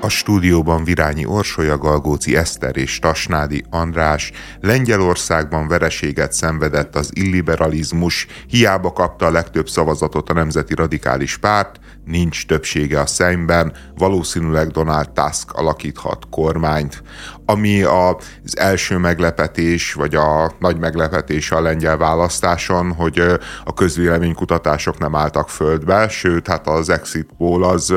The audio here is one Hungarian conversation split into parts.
A stúdióban Virányi Orsolya, Galgóci Eszter és Tasnádi András. Lengyelországban vereséget szenvedett az illiberalizmus, hiába kapta a legtöbb szavazatot a Nemzeti Radikális Párt, nincs többsége a Szeimben, valószínűleg Donald Tusk alakíthat kormányt. Ami az első meglepetés, vagy a nagy meglepetés a lengyel választáson, hogy a közvéleménykutatások nem álltak földbe, sőt, hát az exit poll az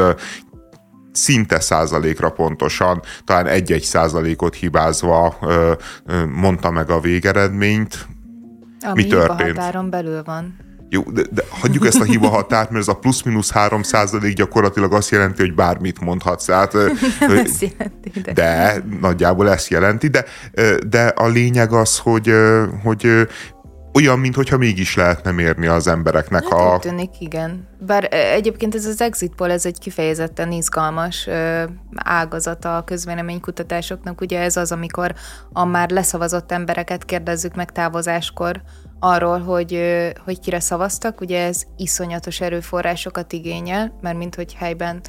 szinte százalékra pontosan, talán 1% hibázva mondta meg a végeredményt. Ami mi történt? hibahatáron belül van. Jó, de hagyjuk ezt a hibahatárt, mert ez a plusz-minusz 3% gyakorlatilag azt jelenti, hogy bármit mondhatsz. Tehát, ezt jelenti, de nagyjából ezt jelenti, de a lényeg az, hogy olyan, mintha mégis lehetne mérni az embereknek hát úgy tűnik, igen. Bár egyébként ez az exit poll, ez egy kifejezetten izgalmas ágazata a közvéleménykutatásoknak. Ugye ez az, amikor a már leszavazott embereket kérdezzük meg távozáskor arról, hogy kire szavaztak. Ugye ez iszonyatos erőforrásokat igényel, mert minthogy helyben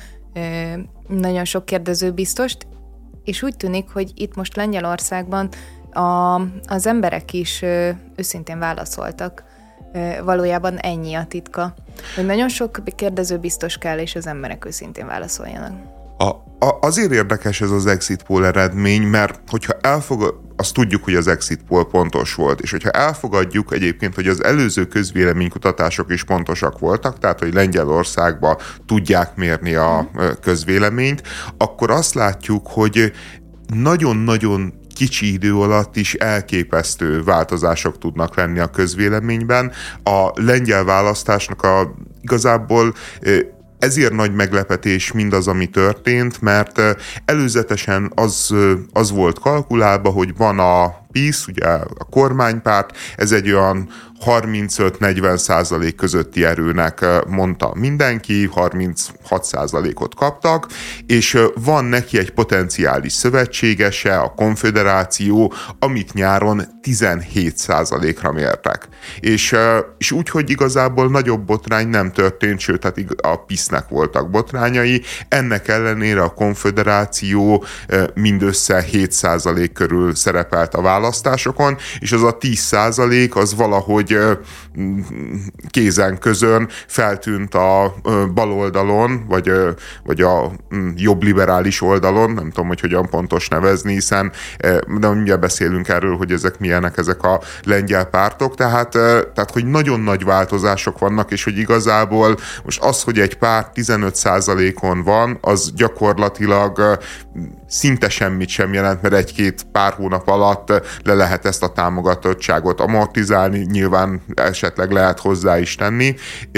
nagyon sok kérdező biztost, és úgy tűnik, hogy itt most Lengyelországban az emberek is őszintén válaszoltak. Valójában ennyi a titka, hogy nagyon sok kérdező biztos kell, és az emberek őszintén válaszoljanak. Azért érdekes ez az exit poll eredmény, mert hogyha azt tudjuk, hogy az exit poll pontos volt, és hogyha elfogadjuk egyébként, hogy az előző közvéleménykutatások is pontosak voltak, tehát hogy Lengyelországban tudják mérni a közvéleményt, akkor azt látjuk, hogy nagyon-nagyon kicsi idő alatt is elképesztő változások tudnak lenni a közvéleményben. A lengyel választásnak igazából ezért nagy meglepetés mindaz, ami történt, mert előzetesen az volt kalkulálva, hogy van a PiS, ugye a kormánypárt, ez egy olyan 35-40% közötti erőnek mondta mindenki, 36%-ot kaptak, és van neki egy potenciális szövetségese, a Konföderáció, amit nyáron 17%-ra mértek. És úgy, hogy igazából nagyobb botrány nem történt, sőt, hát a PiS-nek voltak botrányai, ennek ellenére a Konföderáció mindössze 7% körül szerepelt a választásokon, és az a 10% az valahogy kézen közön feltűnt a baloldalon, vagy a jobb liberális oldalon, nem tudom, hogy hogyan pontos nevezni, hiszen de mindjárt beszélünk erről, hogy ezek milyenek ezek a lengyel pártok, tehát hogy nagyon nagy változások vannak, és hogy igazából most az, hogy egy párt 15%-on van, az gyakorlatilag szinte semmit sem jelent, mert egy-két pár hónap alatt le lehet ezt a támogatottságot amortizálni, nyilván esetleg lehet hozzá is tenni.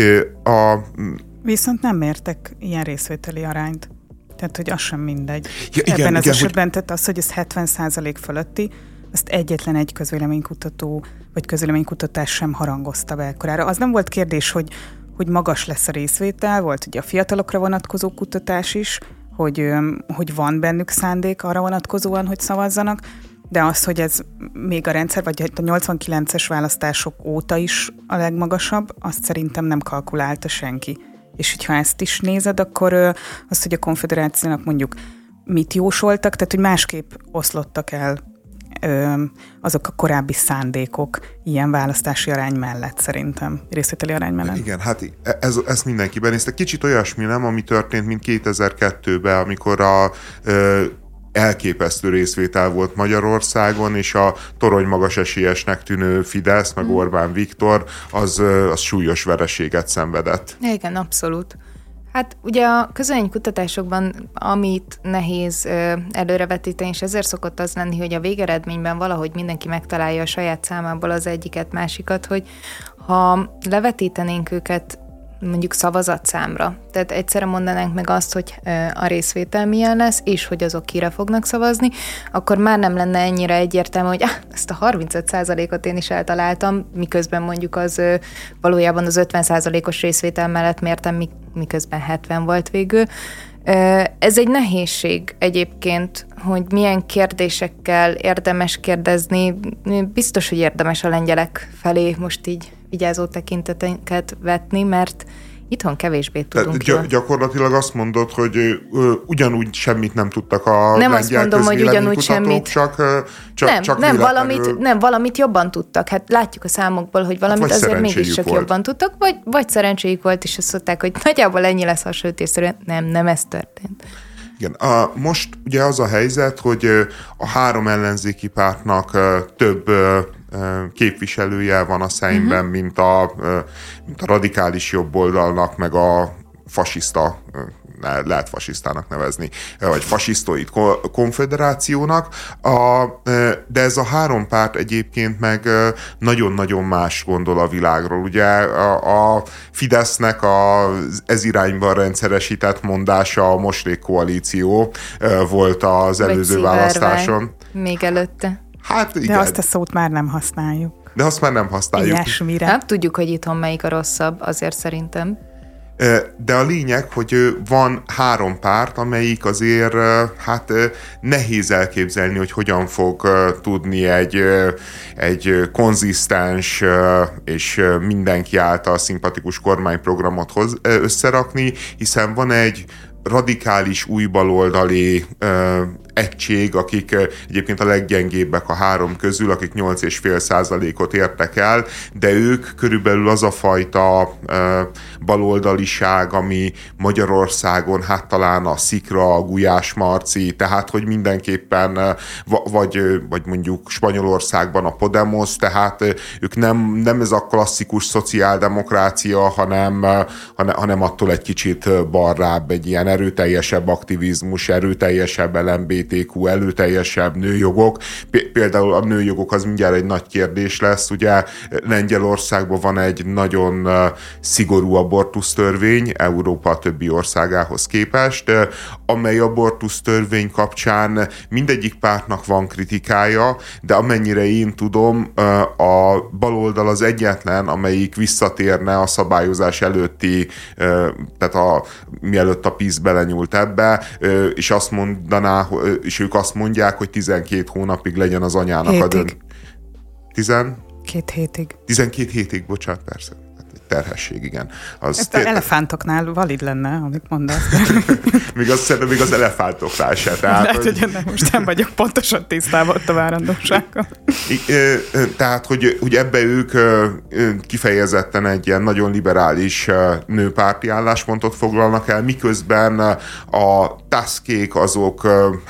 Viszont nem mértek ilyen részvételi arányt. Tehát, hogy az sem mindegy. Ja, ebben az esetben, tehát az, hogy ez 70% fölötti, azt egyetlen egy közvéleménykutató, vagy közvéleménykutatás sem harangozta be ekkorára. Az nem volt kérdés, hogy magas lesz a részvétel, volt ugye a fiatalokra vonatkozó kutatás is, hogy van bennük szándék arra vonatkozóan, hogy szavazzanak, de az, hogy ez még a rendszer, vagy a 89-es választások óta is a legmagasabb, azt szerintem nem kalkulálta senki. És hogyha ezt is nézed, akkor azt, hogy a Konföderációnak mondjuk mit jósoltak, tehát hogy másképp oszlottak el azok a korábbi szándékok ilyen választási arány mellett szerintem, részvételi arány mellett. Igen, hát ez mindenkiben nézte. Kicsit olyasmi nem, ami történt, mint 2002-ben, amikor elképesztő részvétel volt Magyarországon, és a torony magas esélyesnek tűnő Fidesz, meg Orbán Viktor, az súlyos vereséget szenvedett. Igen, abszolút. Hát ugye a közvéleménykutatásokban, amit nehéz előrevetíteni, és ezért szokott az lenni, hogy a végeredményben valahogy mindenki megtalálja a saját számából az egyiket, másikat, hogy ha levetítenénk őket mondjuk szavazatszámra, tehát egyszerre mondanánk meg azt, hogy a részvétel milyen lesz, és hogy azok kire fognak szavazni, akkor már nem lenne ennyire egyértelmű, hogy ezt a 35%-ot én is eltaláltam, miközben mondjuk az valójában az 50%-os részvétel mellett mértem, miközben 70 volt végül. Ez egy nehézség egyébként, hogy milyen kérdésekkel érdemes kérdezni. Biztos, hogy érdemes a lengyelek felé most így vigyázó tekinteteket vetni, mert Itthon kevésbé tudunk. Gyakorlatilag azt mondod, hogy ugyanúgy semmit nem tudtak a nem azt mondom, hogy ugyanúgy semmit. Nem, valamit jobban tudtak. Hát látjuk a számokból, hogy valamit azért mégiscsak jobban tudtak, vagy szerencséjük volt, és azt mondták, hogy nagyjából ennyi lesz hasonlítésszerűen. Nem ez történt. Igen, most ugye az a helyzet, hogy a 3 ellenzéki pártnak több képviselője van a Szeimben, mint a radikális jobboldalnak, meg a fasiszta, lehet fasisztának nevezni, vagy fasisztoid konfederációnak, de ez a 3 párt egyébként meg nagyon-nagyon más gondol a világról. Ugye a Fidesznek ez irányban rendszeresített mondása a moslékkoalíció volt az előző választáson. Még előtte. Hát igen. De azt a szót már nem használjuk. De azt már nem használjuk. Ilyesmire. Nem tudjuk, hogy itthon melyik a rosszabb, azért szerintem. De a lényeg, hogy van 3 párt, amelyik azért nehéz elképzelni, hogy hogyan fog tudni egy konzisztens és mindenki által szimpatikus kormányprogramot összerakni, hiszen van egy radikális új baloldali egység, akik egyébként a leggyengébbek a 3 közül, akik 8,5%-ot értek el, de ők körülbelül az a fajta baloldaliság, ami Magyarországon hát talán a Szikra, a Gulyás Marci, tehát hogy mindenképpen vagy mondjuk Spanyolországban a Podemos, tehát ők nem ez a klasszikus szociáldemokrácia, hanem attól egy kicsit balrább, egy ilyen erőteljesebb aktivizmus, erőteljesebb LMBTQ, erőteljesebb nőjogok. Például a nőjogok az mindjárt egy nagy kérdés lesz. Ugye Lengyelországban van egy nagyon szigorú abortusztörvény Európa többi országához képest, amely abortusztörvény kapcsán mindegyik pártnak van kritikája, de amennyire én tudom, a baloldal az egyetlen, amelyik visszatérne a szabályozás előtti, tehát mielőtt a PiS belenyúlt ebbe, és azt mondaná, és ők azt mondják, hogy 12 hónapig legyen az anyának a dönt. 12 hétig. 12 hétig, bocsánat, persze. Terhesség, igen. Ez az elefántoknál valid lenne, amit mondasz. még az elefántoknál se. Lehet, hogy most nem vagyok pontosan tisztában ott a várandósággal. Tehát, hogy ebbe ők kifejezetten egy ilyen nagyon liberális nőpárti álláspontot foglalnak el, miközben a taszkék azok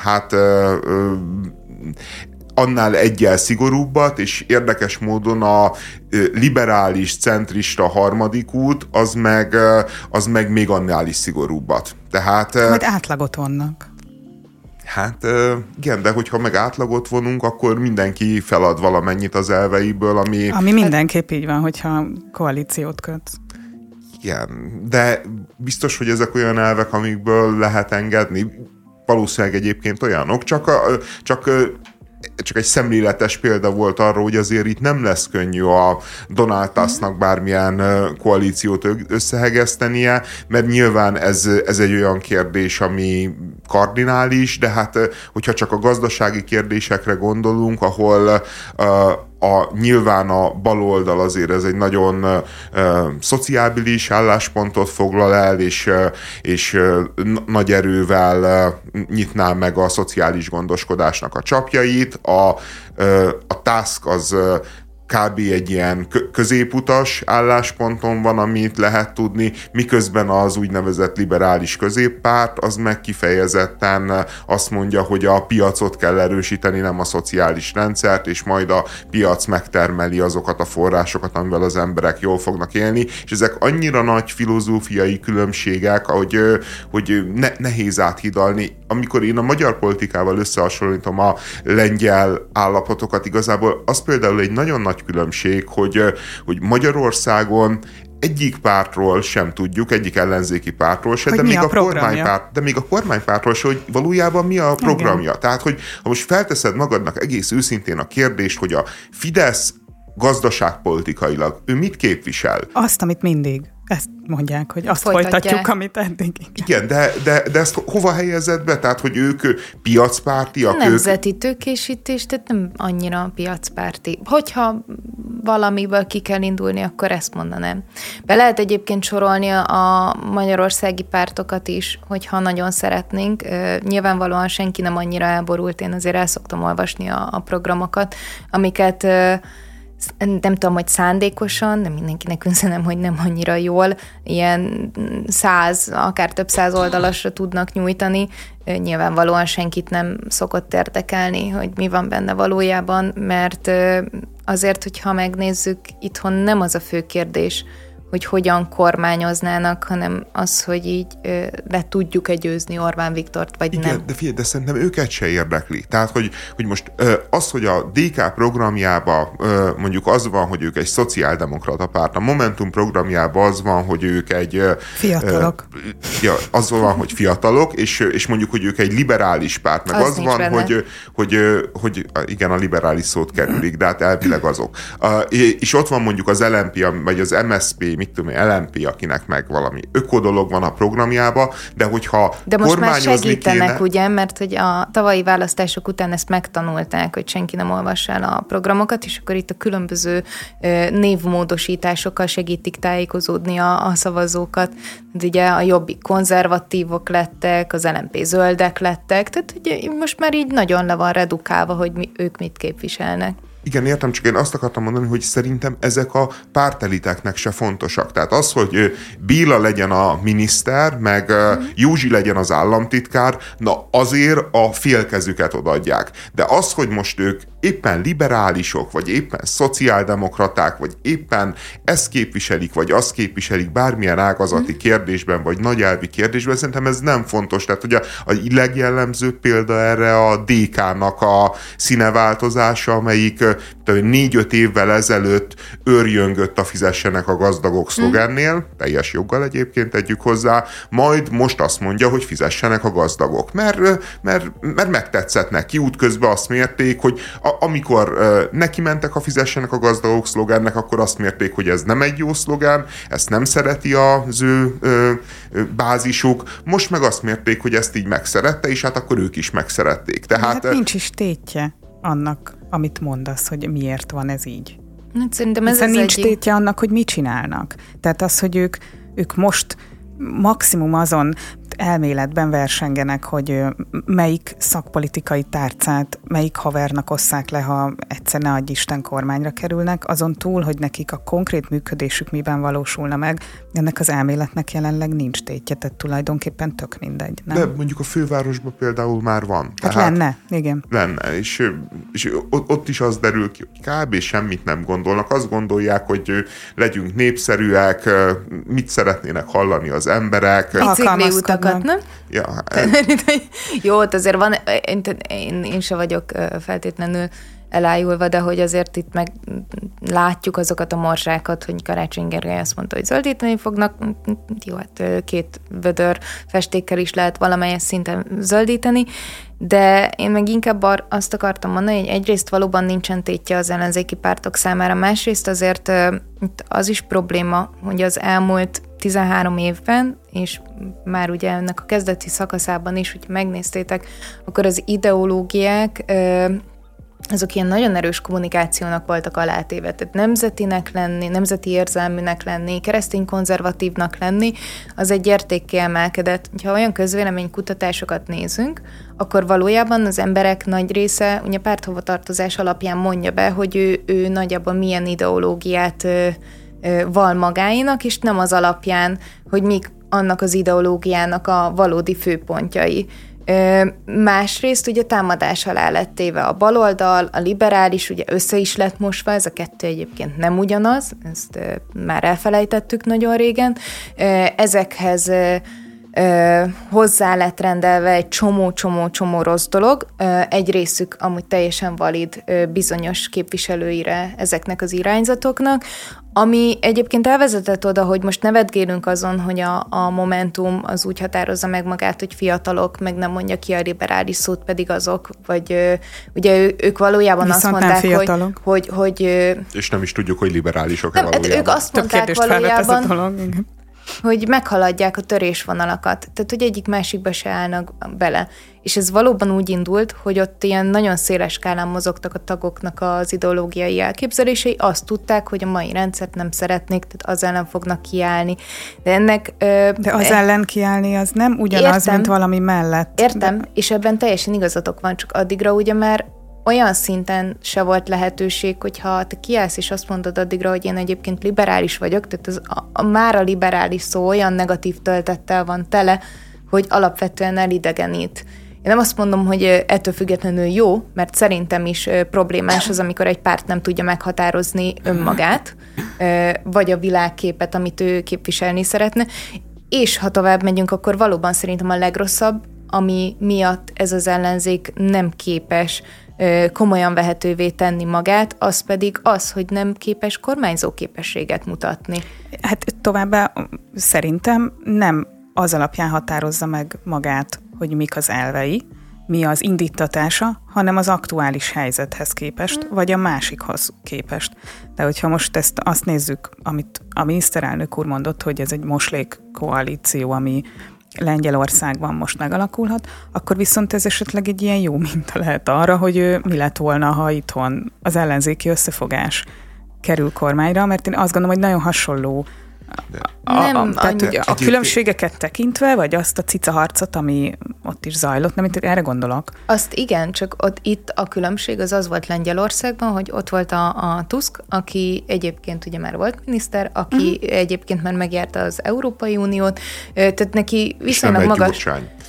annál egyel szigorúbbat, és érdekes módon a liberális, centrista harmadik út, az meg még annál is szigorúbbat. Tehát... Majd átlagot vonnak. Hát igen, de hogyha meg átlagot vonunk, akkor mindenki felad valamennyit az elveiből, ami mindenképp így van, hogyha koalíciót köt. Igen, de biztos, hogy ezek olyan elvek, amikből lehet engedni. Valószínűleg egyébként olyanok, csak egy szemléletes példa volt arra, hogy azért itt nem lesz könnyű a Donald Tusknak bármilyen koalíciót összehegesztenie, mert nyilván ez egy olyan kérdés, ami kardinális, de hát hogyha csak a gazdasági kérdésekre gondolunk, ahol nyilván a baloldal azért ez egy nagyon szociábilis álláspontot foglal el, és nagy erővel nyitná meg a szociális gondoskodásnak a csapjait. A Tusk az kb. Egy ilyen középutas állásponton van, amit lehet tudni, miközben az úgynevezett liberális középpárt az meg kifejezetten azt mondja, hogy a piacot kell erősíteni, nem a szociális rendszert, és majd a piac megtermeli azokat a forrásokat, amivel az emberek jól fognak élni, és ezek annyira nagy filozófiai különbségek, hogy nehéz áthidalni. Amikor én a magyar politikával összehasonlítom a lengyel állapotokat, igazából az például egy nagyon nagy különbség, hogy Magyarországon egyik pártról sem tudjuk, egyik ellenzéki pártról se, de még a kormánypártról se, hogy valójában mi a programja. Igen. Tehát, hogy ha most felteszed magadnak egész őszintén a kérdést, hogy a Fidesz gazdaságpolitikailag ő mit képvisel? Azt, amit mindig. Ezt mondják, hogy azt folytatjuk, amit eddig. Igen, de ezt hova helyezed be? Tehát, hogy ők piacpártiak? Nemzeti tőkésítés, tehát nem annyira piacpárti. Hogyha valamiből ki kell indulni, akkor ezt mondanám. Be lehet egyébként sorolni a magyarországi pártokat is, hogyha nagyon szeretnénk. Nyilvánvalóan senki nem annyira elborult, én azért el szoktam olvasni a programokat, amiket nem tudom, hogy szándékosan, de mindenkinek üzenem, hogy nem annyira jól, ilyen 100, akár több 100 oldalasra tudnak nyújtani. Nyilvánvalóan senkit nem szokott érdekelni, hogy mi van benne valójában, mert azért, hogyha megnézzük, itthon nem az a fő kérdés, hogy hogyan kormányoznának, hanem az, hogy így le tudjuk-e győzni Orbán Viktort, vagy igen, nem. De figyelj, de szerintem őket se érdekli. Tehát, hogy most az, hogy a DK programjában mondjuk az van, hogy ők egy szociáldemokrata párt, a Momentum programjában az van, hogy ők egy... Fiatalok. Az van, hogy fiatalok, és mondjuk, hogy ők egy liberális párt, meg az van, hogy igen, a liberális szót kerülik, de hát elvileg azok. És ott van mondjuk az LMP, vagy az MSZP, mit tudom én, LMP, akinek meg valami ökodolog van a programjába, de hogyha de most már segítenek, kéne, ugye, mert hogy a tavalyi választások után ezt megtanulták, hogy senki nem olvassa el a programokat, és akkor itt a különböző névmódosításokkal segítik tájékozódni a szavazókat. De ugye a Jobbik konzervatívok lettek, az LMP zöldek lettek, tehát ugye most már így nagyon le van redukálva, hogy ők mit képviselnek. Igen, értem, csak én azt akartam mondani, hogy szerintem ezek a párteliteknek se fontosak. Tehát az, hogy Béla legyen a miniszter, meg Józsi legyen az államtitkár, na azért a félkezüket odaadják. De az, hogy most ők éppen liberálisok, vagy éppen szociáldemokraták, vagy éppen ezt képviselik, vagy azt képviselik bármilyen ágazati kérdésben, vagy nagyelvi kérdésben, szerintem ez nem fontos. Tehát ugye a legjellemzőbb példa erre a DK-nak a színeváltozása, amelyik 4-5 évvel ezelőtt őrjöngött a fizessenek a gazdagok szlogennél, teljes joggal egyébként tegyük hozzá, majd most azt mondja, hogy fizessenek a gazdagok, mert megtetszett neki. Útközben azt mérték, hogy amikor neki mentek a fizessenek a gazdagok szlogennek, akkor azt mérték, hogy ez nem egy jó szlogán, ezt nem szereti az ő bázisuk, most meg azt mérték, hogy ezt így megszerette, és hát akkor ők is megszerették. Tehát hát nincs is tétje annak, amit mondasz, hogy miért van ez így. Hát szerintem ez nincs tétje annak, hogy mit csinálnak. Tehát az, hogy ők most maximum azon elméletben versengenek, hogy melyik szakpolitikai tárcát, melyik havernak osszák le, ha egyszer ne adj Isten kormányra kerülnek, azon túl, hogy nekik a konkrét működésük miben valósulna meg, ennek az elméletnek jelenleg nincs tétje, tehát tulajdonképpen tök mindegy. Nem? De mondjuk a fővárosban például már van. Hát tehát lenne, igen. Lenne, és ott is az derül ki, hogy kb. Semmit nem gondolnak. Azt gondolják, hogy legyünk népszerűek, mit szeretnének hallani az emberek. Bicikliutakat, nem? Ja, jó, azért van, én se vagyok feltétlenül elájulva, de hogy azért itt meg látjuk azokat a morzsákat, hogy Karácsony Gergely azt mondta, hogy zöldíteni fognak, jó, hát 2 vödör festékkel is lehet valamelyes szinten zöldíteni, de én meg inkább azt akartam mondani, hogy egyrészt valóban nincsen tétje az ellenzéki pártok számára, másrészt azért az is probléma, hogy az elmúlt 13 évben, és már ugye ennek a kezdeti szakaszában is, hogyha megnéztétek, akkor az ideológiák azok ilyen nagyon erős kommunikációnak voltak alátéve. Tehát nemzetinek lenni, nemzeti érzelműnek lenni, keresztény konzervatívnak lenni, az egy értékkiemelkedett. Ha olyan közvéleménykutatásokat nézünk, akkor valójában az emberek nagy része ugye párthovatartozás alapján mondja be, hogy ő nagyjából milyen ideológiát val magáénak, és nem az alapján, hogy mik annak az ideológiának a valódi főpontjai. Másrészt ugye támadás alá lett téve a baloldal, a liberális, ugye össze is lett mosva, ez a kettő egyébként nem ugyanaz, ezt már elfelejtettük nagyon régen. Ezekhez hozzá lett rendelve egy csomó rossz dolog. Egy részük amúgy teljesen valid bizonyos képviselőire ezeknek az irányzatoknak, ami egyébként elvezetett oda, hogy most nevetgélünk azon, hogy a Momentum az úgy határozza meg magát, hogy fiatalok, meg nem mondja ki a liberális szót, pedig azok, vagy ugye ők valójában viszont azt mondták, hogy és nem is tudjuk, hogy liberálisok-e valójában. Ők azt mondták valójában, hogy meghaladják a törésvonalakat. Tehát, hogy egyik másikba se állnak bele. És ez valóban úgy indult, hogy ott ilyen nagyon széles skálán mozogtak a tagoknak az ideológiai elképzelései, azt tudták, hogy a mai rendszert nem szeretnék, tehát az ellen fognak kiállni. De ennek... De az ellen kiállni az nem ugyanaz, értem, mint valami mellett. Értem, és ebben teljesen igazatok van, csak addigra ugye már olyan szinten se volt lehetőség, hogyha te kiállsz és azt mondod addigra, hogy én egyébként liberális vagyok, tehát már a liberális szó olyan negatív töltettel van tele, hogy alapvetően elidegenít. Én nem azt mondom, hogy ettől függetlenül jó, mert szerintem is problémás az, amikor egy párt nem tudja meghatározni önmagát, vagy a világképet, amit ő képviselni szeretne, és ha tovább megyünk, akkor valóban szerintem a legrosszabb, ami miatt ez az ellenzék nem képes komolyan vehetővé tenni magát, az pedig az, hogy nem képes kormányzó képességet mutatni. Hát továbbá szerintem nem az alapján határozza meg magát, hogy mik az elvei, mi az indítatása, hanem az aktuális helyzethez képest, vagy a másikhoz képest. De hogyha most azt nézzük, amit a miniszterelnök úr mondott, hogy ez egy moslék koalíció, ami Lengyelországban most megalakulhat, akkor viszont ez esetleg egy ilyen jó minta lehet arra, hogy mi lett volna, ha itthon az ellenzéki összefogás kerül kormányra, mert én azt gondolom, hogy nagyon hasonló a különbségeket tekintve, vagy azt a cicaharcot, ami ott is zajlott, nem, erre gondolok. Azt igen, csak itt a különbség az volt Lengyelországban, hogy ott volt a Tusk, aki egyébként ugye már volt miniszter, aki egyébként már megjárta az Európai Uniót, tehát neki viszonylag magas...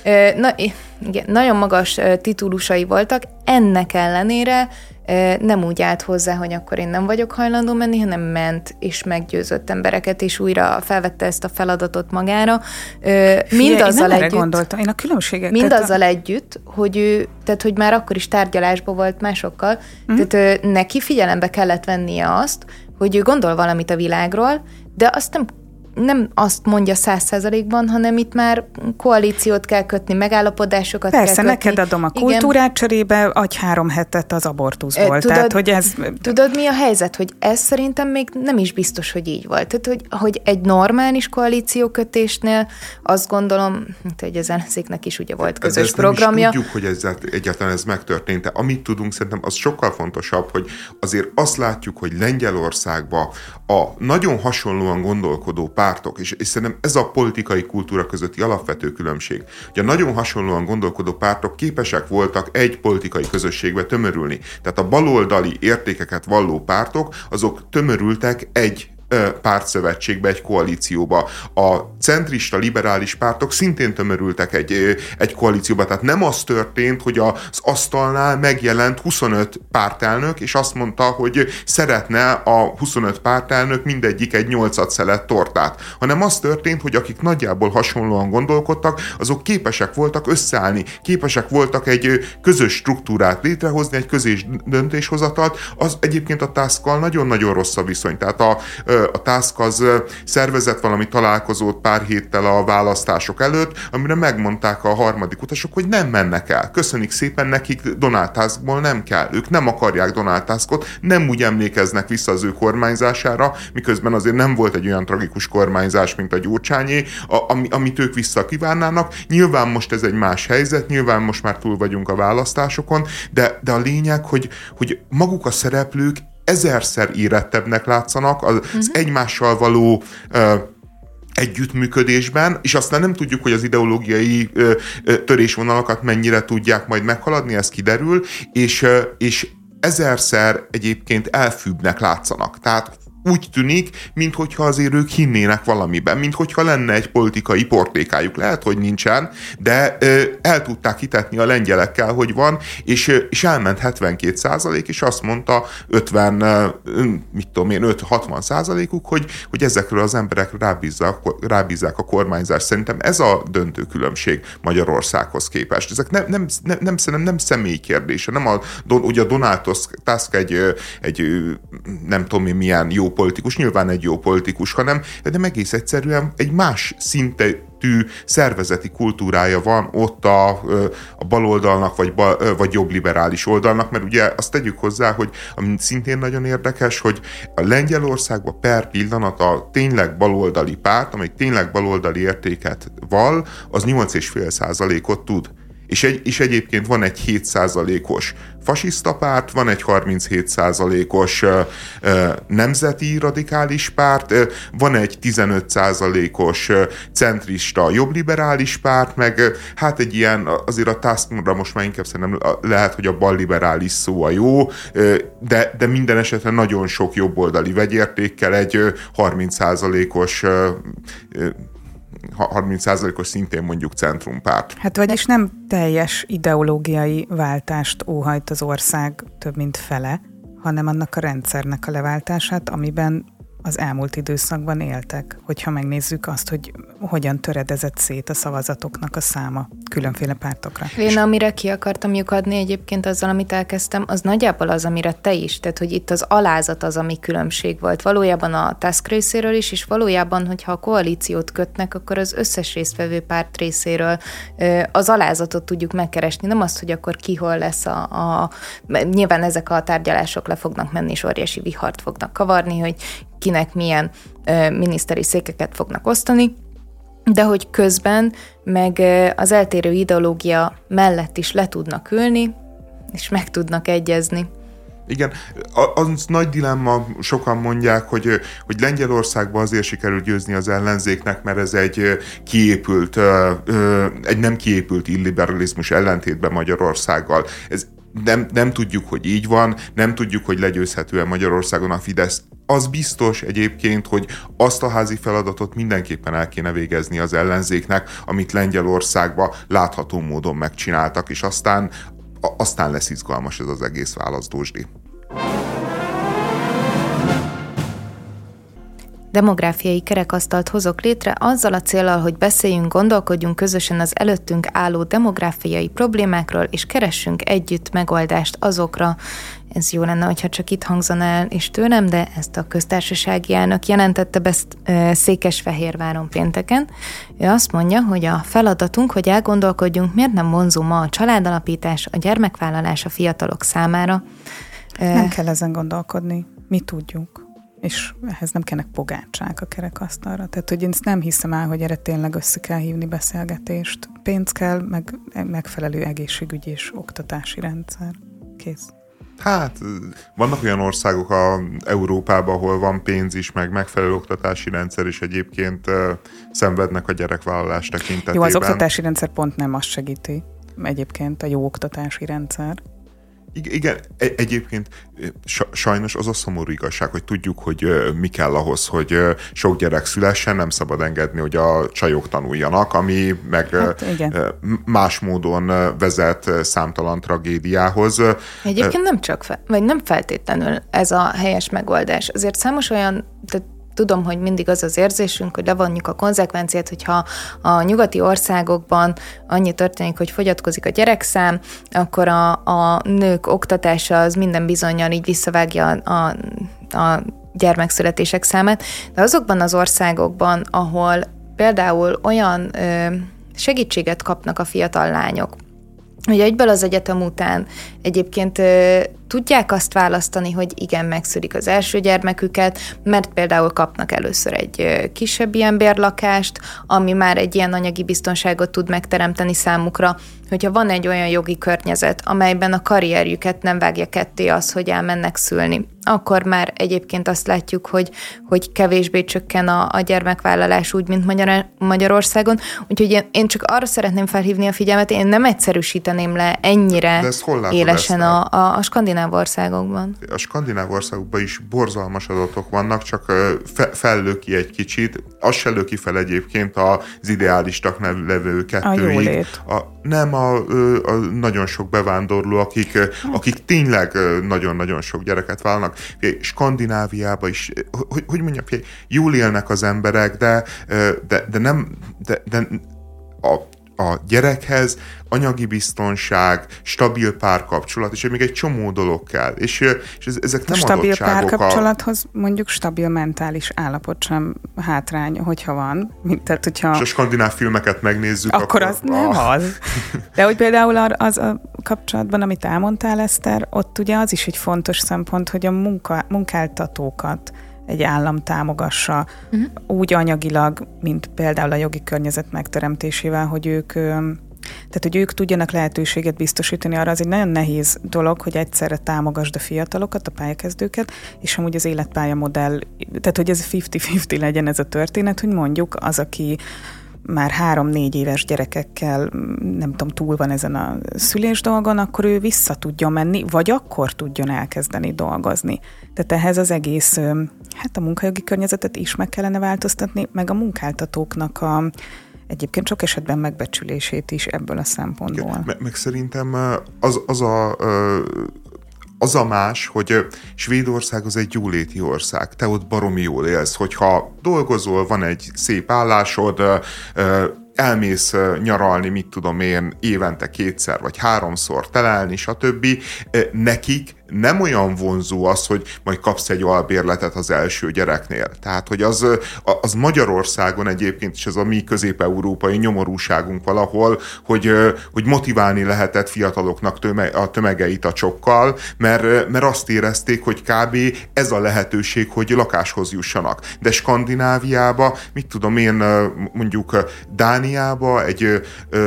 Igen, nagyon magas titulusai voltak, ennek ellenére nem úgy állt hozzá, hogy akkor én nem vagyok hajlandó menni, hanem ment és meggyőzött embereket, és újra felvette ezt a feladatot magára. Mindazzal együtt, gondoltam. Én a különbségek... Mindazzal együtt, hogy ő, tehát hogy már akkor is tárgyalásban volt másokkal, tehát neki figyelembe kellett vennie azt, hogy ő gondol valamit a világról, de azt nem azt mondja 100%-ban, hanem itt már koalíciót kell kötni, megállapodásokat Persze, kell kötni. Neked adom a kultúrát, cserébe adj 3 hetet az abortuszból. Tehát, hogy ez... Tudod, mi a helyzet? Hogy ez szerintem még nem is biztos, hogy így volt. Tehát, hogy egy normális koalíciókötésnél azt gondolom, hogy az ellenzéknek is ugye volt közös programja. Nem is tudjuk, hogy egyáltalán ez megtörtént. De amit tudunk, szerintem az sokkal fontosabb, hogy azért azt látjuk, hogy Lengyelországban a nagyon hasonlóan gondolkodó pártok, és szerintem ez a politikai kultúra közötti alapvető különbség, hogy a nagyon hasonlóan gondolkodó pártok képesek voltak egy politikai közösségbe tömörülni. Tehát a baloldali értékeket valló pártok, azok tömörültek egy pártszövetségbe, egy koalícióba. A centrista liberális pártok szintén tömörültek egy koalícióba. Tehát nem az történt, hogy az asztalnál megjelent 25 pártelnök, és azt mondta, hogy szeretne a 25 pártelnök mindegyik egy 8 szelet tortát, hanem az történt, hogy akik nagyjából hasonlóan gondolkodtak, azok képesek voltak összeállni, képesek voltak egy közös struktúrát létrehozni, egy közös döntéshozatalt. Az egyébként a Tuskkal nagyon-nagyon rossz a viszony. Tehát a Tusk az szervezett valami találkozót pár héttel a választások előtt, amire megmondták a harmadik utasok, hogy nem mennek el. Köszönik szépen, nekik Donald Tuskból nem kell. Ők nem akarják Donald Tuskot, nem úgy emlékeznek vissza az ő kormányzására, miközben azért nem volt egy olyan tragikus kormányzás, mint a Gyurcsányé, amit ők visszakívánnának. Nyilván most ez egy más helyzet, nyilván most már túl vagyunk a választásokon, de a lényeg, hogy maguk a szereplők ezerszer érettebbnek látszanak, az egymással való együttműködésben, és aztán nem tudjuk, hogy az ideológiai törésvonalakat mennyire tudják majd meghaladni, ez kiderül, és ezerszer egyébként elfűbbnek látszanak. Tehát úgy tűnik, minthogyha azért ők hinnének valamiben, minthogyha lenne egy politikai portékájuk. Lehet, hogy nincsen, de el tudták hitetni a lengyelekkel, hogy van, és elment 72%, és azt mondta 5-60%-uk, hogy ezekről az emberekről rábízzák a kormányzást. Szerintem ez a döntő különbség Magyarországhoz képest. Ezek nem személyi kérdése. Ugye a Donald Tusk egy nem tudom én milyen jó politikus, nyilván egy jó politikus, hanem egész egyszerűen egy más szintetű szervezeti kultúrája van ott a baloldalnak, vagy jobb liberális oldalnak, mert ugye azt tegyük hozzá, hogy ami szintén nagyon érdekes, hogy a Lengyelországban per pillanat a tényleg baloldali párt, amely tényleg baloldali értéket vall, az 8,5%-ot tud. És egyébként van egy 7%-os fasiszta párt, van egy 37%-os nemzeti radikális párt, van egy 15%-os centrista jobbliberális párt, meg hát egy ilyen, azért a Tuskra most már inkább szerintem lehet, hogy a balliberális szó a jó, de minden esetre nagyon sok jobboldali vegyértékkel egy 30%-os szintén mondjuk centrumpárt. Hát vagyis nem teljes ideológiai váltást óhajt az ország több mint fele, hanem annak a rendszernek a leváltását, amiben az elmúlt időszakban éltek, hogyha megnézzük azt, hogy hogyan töredezett szét a szavazatoknak a száma különféle pártokra. Én amire ki akartam lyukadni egyébként azzal, amit elkezdtem, az nagyjából az, amire te is, tehát hogy itt az alázat az, ami különbség volt. Valójában a Tusk részéről is, és valójában, hogyha a koalíciót kötnek, akkor az összes résztvevő párt részéről az alázatot tudjuk megkeresni, nem azt, hogy akkor ki hol lesz nyilván ezek a tárgyalások le fognak menni, és óriási vihart fognak kavarni, hogy kinek milyen miniszteri székeket fognak osztani, de hogy közben meg az eltérő ideológia mellett is le tudnak ülni, és meg tudnak egyezni. Igen, az nagy dilemma, sokan mondják, hogy Lengyelországban azért sikerült győzni az ellenzéknek, mert ez egy nem kiépült illiberalizmus ellentétben Magyarországgal. Nem tudjuk, hogy így van, nem tudjuk, hogy legyőzhető-e Magyarországon a Fidesz. Az biztos egyébként, hogy azt a házi feladatot mindenképpen el kéne végezni az ellenzéknek, amit Lengyelországban látható módon megcsináltak, és aztán lesz izgalmas ez az egész választósdi. Demográfiai kerekasztalt hozok létre azzal a céllal, hogy beszéljünk, gondolkodjunk közösen az előttünk álló demográfiai problémákról, és keressünk együtt megoldást azokra. Ez jó lenne, hogyha csak itt hangzana el és tőlem, de ezt a köztársasági elnök jelentette be Székesfehérváron pénteken. Ő azt mondja, hogy a feladatunk, hogy elgondolkodjunk, miért nem vonzó ma a családalapítás, a gyermekvállalás a fiatalok számára. Nem kell ezen gondolkodni, mi tudjuk. És ehhez nem kellnek pogácsák a kerekasztalra. Tehát, hogy én ezt nem hiszem el, hogy erre tényleg össze kell hívni beszélgetést. Pénz kell, meg megfelelő egészségügyi és oktatási rendszer. Kész. Hát, vannak olyan országok Európában, ahol van pénz is, meg megfelelő oktatási rendszer is egyébként szenvednek a gyerekvállalás tekintetében. Jó, az oktatási rendszer pont nem azt segíti. Egyébként a jó oktatási rendszer. Igen, egyébként sajnos az a szomorú igazság, hogy tudjuk, hogy mi kell ahhoz, hogy sok gyerek szülessen, nem szabad engedni, hogy a csajok tanuljanak, ami meg más módon vezet számtalan tragédiához. Egyébként nem feltétlenül ez a helyes megoldás. Azért számos olyan, tudom, hogy mindig az az érzésünk, hogy levonjuk a konzekvenciát, hogyha a nyugati országokban annyi történik, hogy fogyatkozik a gyerekszám, akkor a nők oktatása az minden bizonnyal így visszavágja a gyermekszületések számát. De azokban az országokban, ahol például olyan segítséget kapnak a fiatal lányok, hogy egyből az egyetem után egyébként tudják azt választani, hogy igen, megszülik az első gyermeküket, mert például kapnak először egy kisebb ilyen bérlakást, ami már egy ilyen anyagi biztonságot tud megteremteni számukra, hogyha van egy olyan jogi környezet, amelyben a karrierjüket nem vágja ketté az, hogy elmennek szülni, akkor már egyébként azt látjuk, hogy kevésbé csökken a gyermekvállalás úgy, mint Magyarországon. Úgyhogy én csak arra szeretném felhívni a figyelmet, én nem egyszerűsíteném le ennyire élesen a skandináv skandináv országokban. A skandináv országokban is borzalmas adatok vannak, csak fellő ki egy kicsit. Az se lő ki fel egyébként az ideálistaknál levő kettőig. Nem a nagyon sok bevándorló, akik tényleg nagyon-nagyon sok gyereket vállalnak. Skandináviában is, hogy mondjam, jól élnek az emberek, de a gyerekhez anyagi biztonság, stabil párkapcsolat, és még egy csomó dolog kell. És ezek nem stabil adottságok. Stabil párkapcsolathoz mondjuk stabil mentális állapot sem hátrány, hogyha van. Tehát, hogyha és a skandináv filmeket megnézzük, akkor az nem az. De hogy például az a kapcsolatban, amit elmondtál, Eszter, ott ugye az is egy fontos szempont, hogy a munkáltatókat egy állam támogassa úgy anyagilag, mint például a jogi környezet megteremtésével, hogy ők tudjanak lehetőséget biztosítani arra. Az egy nagyon nehéz dolog, hogy egyszerre támogasd a fiatalokat, a pályakezdőket, és amúgy az életpályamodell, tehát hogy ez 50-50 legyen ez a történet, hogy mondjuk az, aki már 3-4 éves gyerekekkel, nem tudom, túl van ezen a szülés dolgon, akkor ő vissza tudjon menni, vagy akkor tudjon elkezdeni dolgozni. Tehát ehhez az egész, a munkajogi környezetet is meg kellene változtatni, meg a munkáltatóknak egyébként sok esetben megbecsülését is ebből a szempontból. Meg szerintem az a más, hogy Svédország az egy jóléti ország. Te ott baromi jól élsz, hogyha dolgozol, van egy szép állásod, elmész nyaralni, mit tudom én, évente 2-szer vagy 3-szor telelni, stb. Nekik nem olyan vonzó az, hogy majd kapsz egy albérletet az első gyereknél. Tehát, hogy az Magyarországon egyébként is ez a mi közép-európai nyomorúságunk valahol, hogy motiválni lehetett fiataloknak a tömegeit a csokkal, mert azt érezték, hogy kb. Ez a lehetőség, hogy lakáshoz jussanak. De Skandináviába, mit tudom én, mondjuk Dániába egy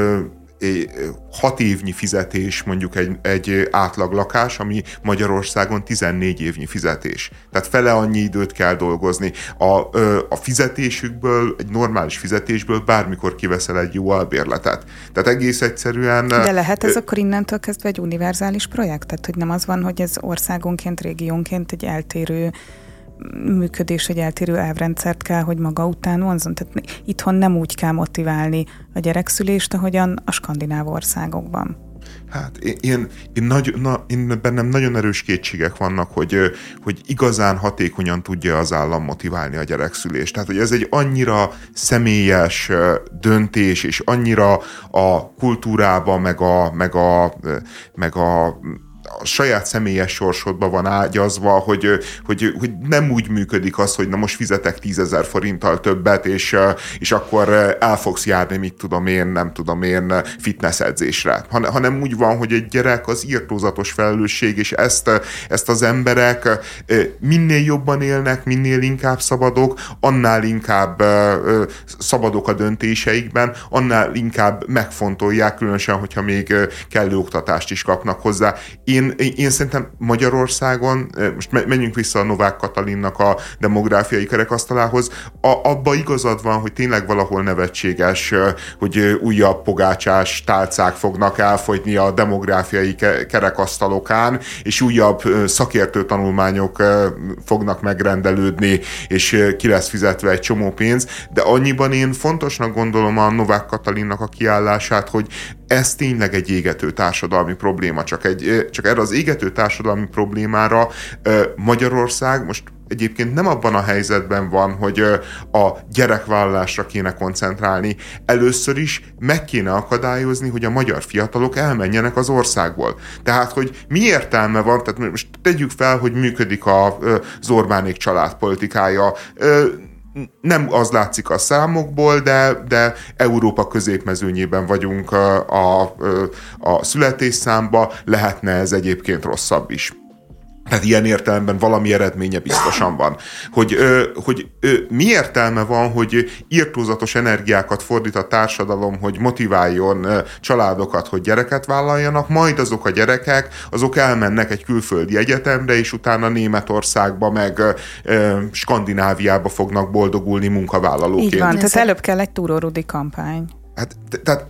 6 évnyi fizetés mondjuk egy átlag lakás, ami Magyarországon 14 évnyi fizetés. Tehát fele annyi időt kell dolgozni. A fizetésükből, egy normális fizetésből bármikor kiveszel egy jó albérletet. Tehát egész egyszerűen... De lehet ez akkor innentől kezdve egy univerzális projekt? Tehát, hogy nem az van, hogy ez országonként, régiónként egy eltérő működés, egy eltérő elvrendszert kell, hogy maga után vonzon. Tehát itthon nem úgy kell motiválni a gyerekszülést, ahogyan a skandináv országokban. Hát én bennem nagyon erős kétségek vannak, hogy igazán hatékonyan tudja az állam motiválni a gyerekszülést. Tehát, hogy ez egy annyira személyes döntés, és annyira a kultúrába, meg a saját személyes sorsodba van ágyazva, hogy nem úgy működik az, hogy na most fizetek 10 000 forinttal többet, és akkor el fogsz járni, nem tudom én, fitness edzésre. Hanem úgy van, hogy egy gyerek az irtózatos felelősség, és ezt az emberek minél jobban élnek, minél inkább szabadok, annál inkább szabadok a döntéseikben, annál inkább megfontolják, különösen, hogyha még kellő oktatást is kapnak hozzá. Én szerintem Magyarországon, most menjünk vissza a Novák Katalinnak a demográfiai kerekasztalához, abba igazad van, hogy tényleg valahol nevetséges, hogy újabb pogácsás tálcák fognak elfogyni a demográfiai kerekasztalokán, és újabb szakértő tanulmányok fognak megrendelődni, és ki lesz fizetve egy csomó pénz, de annyiban én fontosnak gondolom a Novák Katalinnak a kiállását, hogy ez tényleg egy égető társadalmi probléma, csak erre az égető társadalmi problémára Magyarország most egyébként nem abban a helyzetben van, hogy a gyerekvállalásra kéne koncentrálni. Először is meg kéne akadályozni, hogy a magyar fiatalok elmenjenek az országból. Tehát, hogy mi értelme van, tehát most tegyük fel, hogy működik az Orbánék családpolitikája, nem az látszik a számokból, de Európa középmezőnyében vagyunk a születésszámba, lehetne ez egyébként rosszabb is. Tehát ilyen értelemben valami eredménye biztosan van. Hogy mi értelme van, hogy irtózatos energiákat fordít a társadalom, hogy motiváljon családokat, hogy gyereket vállaljanak, majd azok a gyerekek, azok elmennek egy külföldi egyetemre, és utána Németországba, meg Skandináviába fognak boldogulni munkavállalóként. Így van, tehát előbb kell egy Túró Rudi kampány. Hát, tehát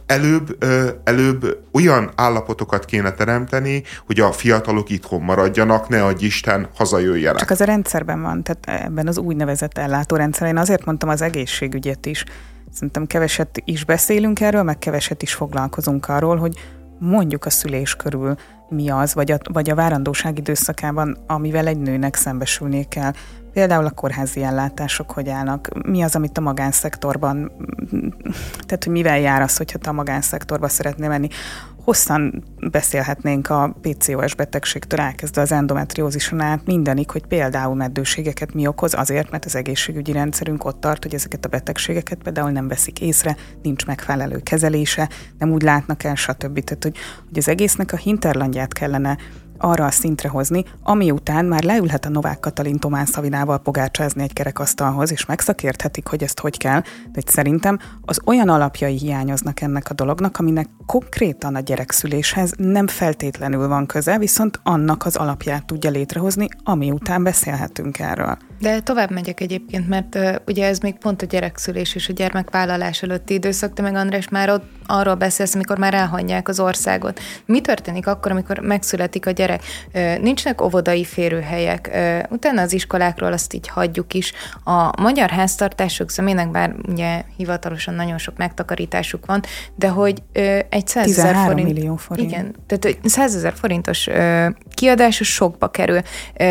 előbb olyan állapotokat kéne teremteni, hogy a fiatalok itthon maradjanak, ne adj Isten, hazajöjjenek. Csak az a rendszerben van, tehát ebben az úgynevezett ellátórendszerben. Én azért mondtam az egészségügyet is. Szerintem keveset is beszélünk erről, meg keveset is foglalkozunk arról, hogy mondjuk a szülés körül mi az, vagy a várandóság időszakában, amivel egy nőnek szembesülnie kell. Például a kórházi ellátások hogy állnak, mi az, amit a magánszektorban, tehát hogy mivel jár az, hogyha te a magánszektorba szeretnél menni. Hosszan beszélhetnénk a PCOS betegségtől elkezdve az endometriózison át mindenig, hogy például meddőségeket mi okoz, azért, mert az egészségügyi rendszerünk ott tart, hogy ezeket a betegségeket például nem veszik észre, nincs megfelelő kezelése, nem úgy látnak el, stb. Tehát, hogy az egésznek a hinterlandját kellene arra a szintre hozni, ami után már leülhet a Novák Katalin Tomán Szavinával pogácsázni egy kerekasztalhoz, és megszakérthetik, hogy ezt hogy kell, de szerintem az olyan alapjai hiányoznak ennek a dolognak, aminek konkrétan a gyerekszüléshez nem feltétlenül van köze, viszont annak az alapját tudja létrehozni, ami után beszélhetünk erről. De tovább megyek egyébként, mert ugye ez még pont a gyerekszülés és a gyermekvállalás előtti időszak, te meg András már ott arról beszélsz, amikor már elhagyják az országot. Mi történik akkor, amikor megszületik a gyerek? Nincsenek óvodai férőhelyek, utána az iskolákról azt így hagyjuk is. A magyar háztartások zömének, bár ugye hivatalosan nagyon sok megtakarításuk van, de hogy egy 100 000 forint... millió forint. Igen, tehát 100 000 forintos kiadás sokba kerül.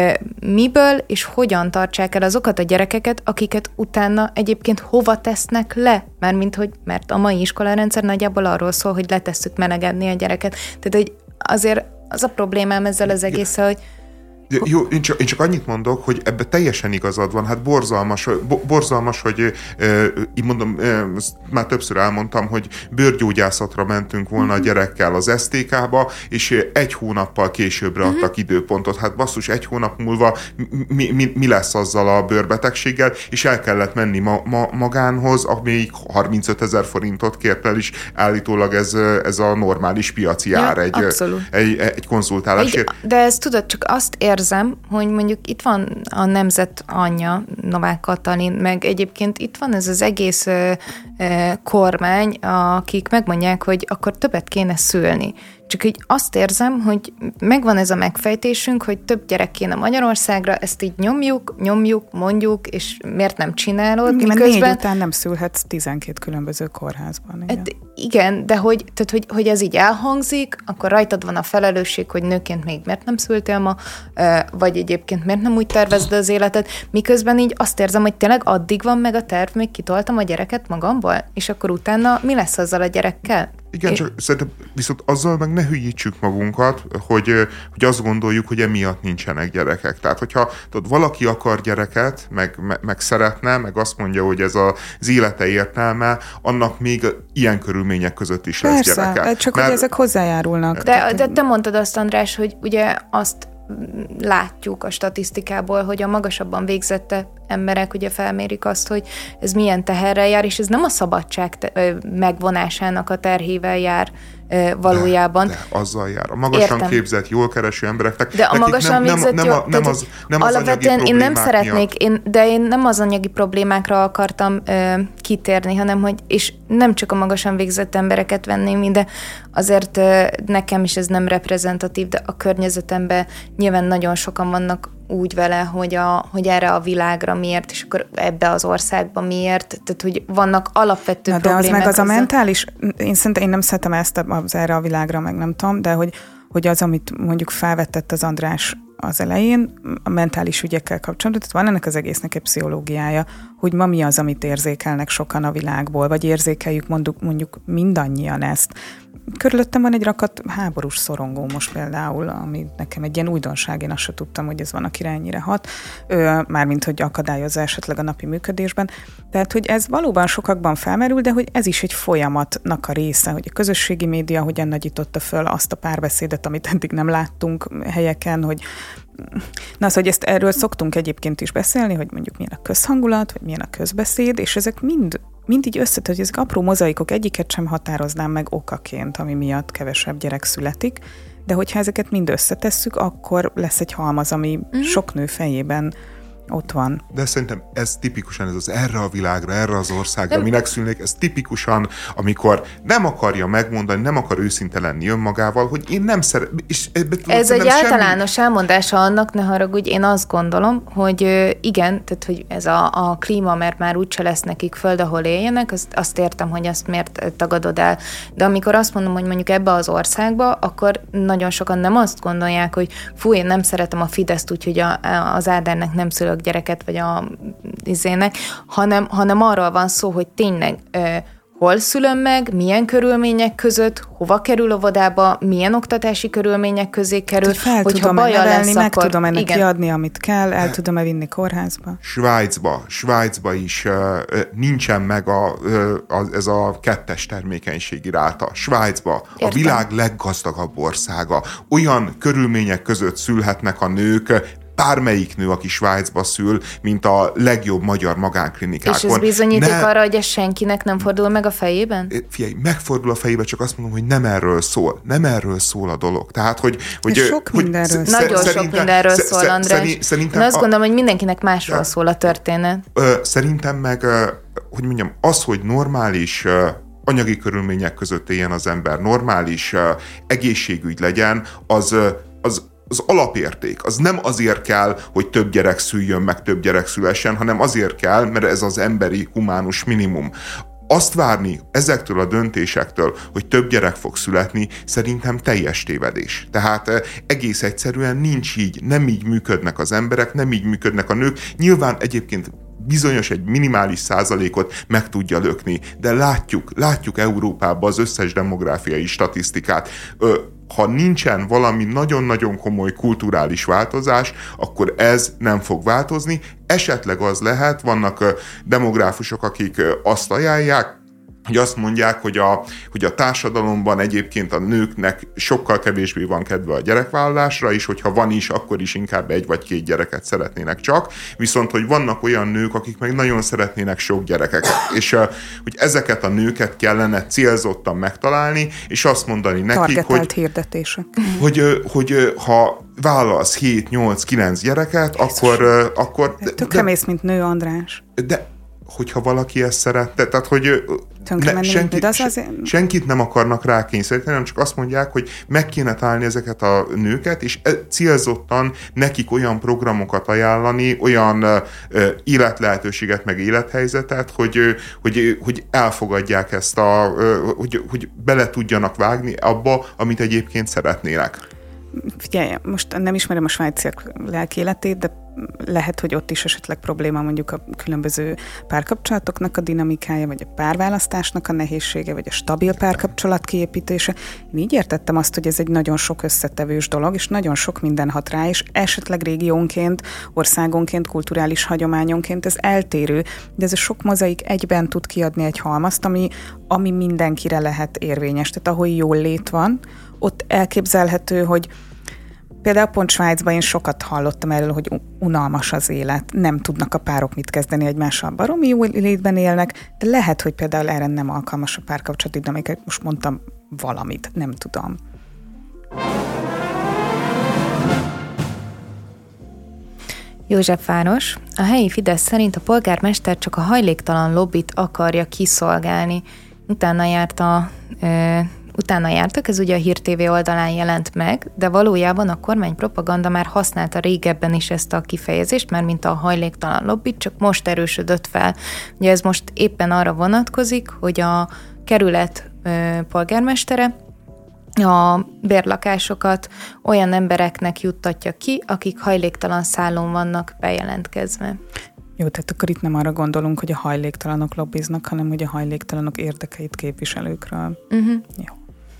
Miből és hogyan tartsák el azokat a gyerekeket, akiket utána egyébként hova tesznek le? Mert a mai iskolarendszer nagyjából arról szól, hogy letesszük melegedni a gyereket. Tehát, hogy azért az a problémám ezzel az egésszel, hogy Jó, én csak annyit mondok, hogy ebbe teljesen igazad van. Hát borzalmas, hogy így mondom, már többször elmondtam, hogy bőrgyógyászatra mentünk volna a gyerekkel az STK-ba, és egy hónappal későbbre adtak időpontot. Hát basszus, egy hónap múlva mi lesz azzal a bőrbetegséggel, és el kellett menni magánhoz, ami 35 000 forintot kért el, is állítólag ez a normális piaci ár egy konzultálásért. De ezt tudod, csak azt érzem, hogy mondjuk itt van a nemzet anyja, Novák Katalin, meg egyébként itt van ez az egész kormány, akik megmondják, hogy akkor többet kéne szülni. Csak így azt érzem, hogy megvan ez a megfejtésünk, hogy több gyerek kéne Magyarországra, ezt így nyomjuk, mondjuk, és miért nem csinálod? Mert 4 után nem szülhetsz 12 különböző kórházban. Igen, de hogy ez így elhangzik, akkor rajtad van a felelősség, hogy nőként még miért nem szültél ma, vagy egyébként miért nem úgy tervezd az életet, miközben így azt érzem, hogy tényleg addig van meg a terv, még kitoltam a gyereket magamból, és akkor utána mi lesz azzal a gyerekkel? Igen, csak szerintem viszont azzal meg ne hülyítsük magunkat, hogy azt gondoljuk, hogy emiatt nincsenek gyerekek. Tehát, hogyha valaki akar gyereket, meg szeretne, meg azt mondja, hogy ez az élete értelme, annak még ilyen körülmények között is lesz gyereke. Persze, csak hogy ezek hozzájárulnak. De te mondtad azt, András, hogy ugye azt látjuk a statisztikából, hogy a magasabban végzett emberek ugye felmérik azt, hogy ez milyen teherrel jár, és ez nem a szabadság megvonásának a terhével jár valójában. De azzal jár. A magasan képzett, jól kereső embereknek. De a magasan végzett nem az alapvetően én nem szeretnék, én nem az anyagi problémákra akartam kitérni, hanem hogy, és nem csak a magasan végzett embereket venném ide, azért nekem is ez nem reprezentatív, de a környezetemben nyilván nagyon sokan vannak úgy vele, hogy erre a világra miért, és akkor ebbe az országba miért, tehát hogy vannak alapvető problémák. De az meg az a mentális, én nem szeretem ezt az erre a világra, meg nem tudom, de hogy az, amit mondjuk felvetett az András az elején, a mentális ügyekkel kapcsolatban, tehát van ennek az egésznek egy pszichológiája, hogy ma mi az, amit érzékelnek sokan a világból, vagy érzékeljük mondjuk mindannyian ezt. Körülöttem van egy rakat háborús szorongó most például, ami nekem egy ilyen újdonság, én azt sem tudtam, hogy ez van, akire ennyire hat, mármint, hogy akadályozza esetleg a napi működésben. Tehát, hogy ez valóban sokakban felmerül, de hogy ez is egy folyamatnak a része, hogy a közösségi média hogyan nagyította föl azt a párbeszédet, amit eddig nem láttunk helyeken, hogy hogy erről szoktunk egyébként is beszélni, hogy mondjuk milyen a közhangulat, vagy milyen a közbeszéd, és ezek mind így összetett, hogy ezek apró mozaikok, egyiket sem határoznám meg okaként, ami miatt kevesebb gyerek születik, de hogyha ezeket mind összetesszük, akkor lesz egy halmaz, ami sok nő fejében Ott van. De szerintem ez tipikusan ez erre a világra, erre az országra, aminek szülnék, ez tipikusan, amikor nem akarja megmondani, nem akar őszinte lenni önmagával, hogy én nem szeretem. Ez egy általános elmondása annak, ne haragudj, én azt gondolom, hogy igen, tehát hogy ez a klíma, mert már úgyse lesz nekik föld, ahol éljenek, azt értem, hogy azt miért tagadod el. De amikor azt mondom, hogy mondjuk ebbe az országba, akkor nagyon sokan nem azt gondolják, hogy fú, én nem szeretem a Fideszt, úgyhogy az Ádernek nem szülök gyereket, vagy a izének, hanem arról van szó, hogy tényleg hol szülöm meg, milyen körülmények között, hova kerül óvodába, milyen oktatási körülmények közé kerül, hogyha baja lesz, meg tudom-e neki adni, amit kell, el tudom-e vinni kórházba. Svájcba is nincsen meg ez a 2-es termékenységi ráta. Svájcba a világ leggazdagabb országa. Olyan körülmények között szülhetnek a nők, bármelyik nő, aki Svájcba szül, mint a legjobb magyar magánklinikákon. És ez bizonyíték arra, hogy ez senkinek nem fordul meg a fejében? Figyelj, megfordul a fejébe, csak azt mondom, hogy nem erről szól. Nem erről szól a dolog. Tehát, hogy sok mindenről szól. Nagyon sok mindenről szól, András. Én azt gondolom, hogy mindenkinek másról szól a történet. Szerintem meg, hogy mondjam, az, hogy normális anyagi körülmények között éljen az ember, normális egészségügy legyen, az alapérték. Az nem azért kell, hogy több gyerek szüljön, meg több gyerek szülessen, hanem azért kell, mert ez az emberi humánus minimum. Azt várni ezektől a döntésektől, hogy több gyerek fog születni, szerintem teljes tévedés. Tehát egész egyszerűen nincs így, nem így működnek az emberek, nem így működnek a nők. Nyilván egyébként bizonyos egy minimális százalékot meg tudja lökni, de látjuk Európában az összes demográfiai statisztikát. Ha nincsen valami nagyon-nagyon komoly kulturális változás, akkor ez nem fog változni. Esetleg az lehet, vannak demográfusok, akik azt ajánlják, hogy azt mondják, hogy a társadalomban egyébként a nőknek sokkal kevésbé van kedve a gyerekvállalásra, és hogyha van is, akkor is inkább 1 vagy 2 gyereket szeretnének csak, viszont hogy vannak olyan nők, akik meg nagyon szeretnének sok gyereket, és hogy ezeket a nőket kellene célzottan megtalálni, és azt mondani nekik, targetált hirdetések. Hogy ha vállalsz 7, 8, 9 gyereket, akkor tökre mész, mint nő, András. De hogyha valaki ezt szeretne, tehát hogy senkit nem akarnak rákényszeríteni, hanem csak azt mondják, hogy meg kéne találni ezeket a nőket, és célzottan nekik olyan programokat ajánlani, olyan életlehetőséget, meg élethelyzetet, hogy elfogadják ezt hogy bele tudjanak vágni abba, amit egyébként szeretnének. Figyelj, most nem ismerem a svájciak lelkéletét, de lehet, hogy ott is esetleg probléma mondjuk a különböző párkapcsolatoknak a dinamikája, vagy a párválasztásnak a nehézsége, vagy a stabil párkapcsolat kiépítése. Én így értettem azt, hogy ez egy nagyon sok összetevős dolog, és nagyon sok minden hat rá, és esetleg régiónként, országonként, kulturális hagyományonként ez eltérő, de ez a sok mozaik egyben tud kiadni egy halmazt, ami mindenkire lehet érvényes. Tehát ahol jól lét van, ott elképzelhető, hogy például pont Svájcban én sokat hallottam erről, hogy unalmas az élet, nem tudnak a párok mit kezdeni egymással, baromi jó létben élnek, de lehet, hogy például erre nem alkalmas a párkapcsolati dinamika, most mondtam valamit, nem tudom. Józsefváros. A helyi Fidesz szerint a polgármester csak a hajléktalan lobbit akarja kiszolgálni. Utána jártak, ez ugye a Hír TV oldalán jelent meg, de valójában a kormány propaganda már használta régebben is ezt a kifejezést, mert mint a hajléktalan lobbit, csak most erősödött fel. Ugye ez most éppen arra vonatkozik, hogy a kerület polgármestere a bérlakásokat olyan embereknek juttatja ki, akik hajléktalan szállón vannak bejelentkezve. Jó, tehát akkor itt nem arra gondolunk, hogy a hajléktalanok lobbiznak, hanem hogy a hajléktalanok érdekeit képviselőkről. Jó.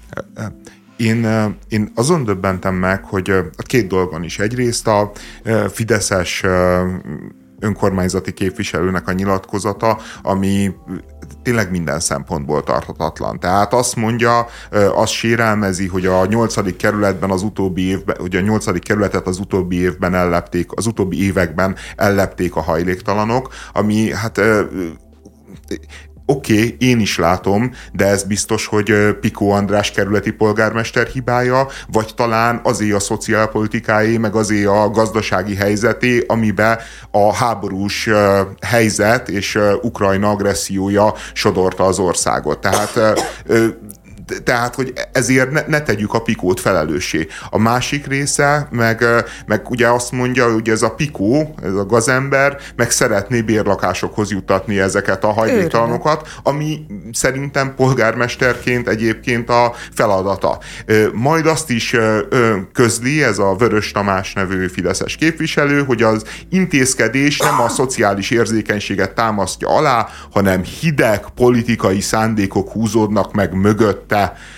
Én azon döbbentem meg, hogy a 2 dolgon is. Egyrészt a fideszes önkormányzati képviselőnek a nyilatkozata, ami tényleg minden szempontból tarthatatlan. Tehát azt mondja, azt sérelmezi, hogy a 8. kerületben az utóbbi évben, hogy a 8. kerületet az utóbbi évben ellepték, az utóbbi években ellepték a hajléktalanok, ami hát Oké, én is látom, de ez biztos, hogy Picó András kerületi polgármester hibája, vagy talán azért a szociálpolitikáé, meg azért a gazdasági helyzeté, amiben a háborús helyzet és Ukrajna agressziója sodorta az országot. Tehát, hogy ezért ne tegyük a Picót felelőssé. A másik része, meg ugye azt mondja, hogy ez a Picó, ez a gazember, meg szeretné bérlakásokhoz juttatni ezeket a hajléktalanokat, ami szerintem polgármesterként egyébként a feladata. Majd azt is közli ez a Vörös Tamás nevű fideszes képviselő, hogy az intézkedés nem a szociális érzékenységet támasztja alá, hanem hideg politikai szándékok húzódnak meg mögötte.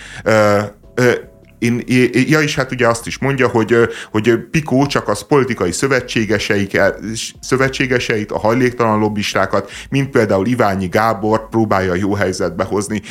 És hát ugye azt is mondja, hogy Picó csak az politikai szövetségeseit, a hajléktalan lobbistákat, mint például Iványi Gábort próbálja jó helyzetbe hozni.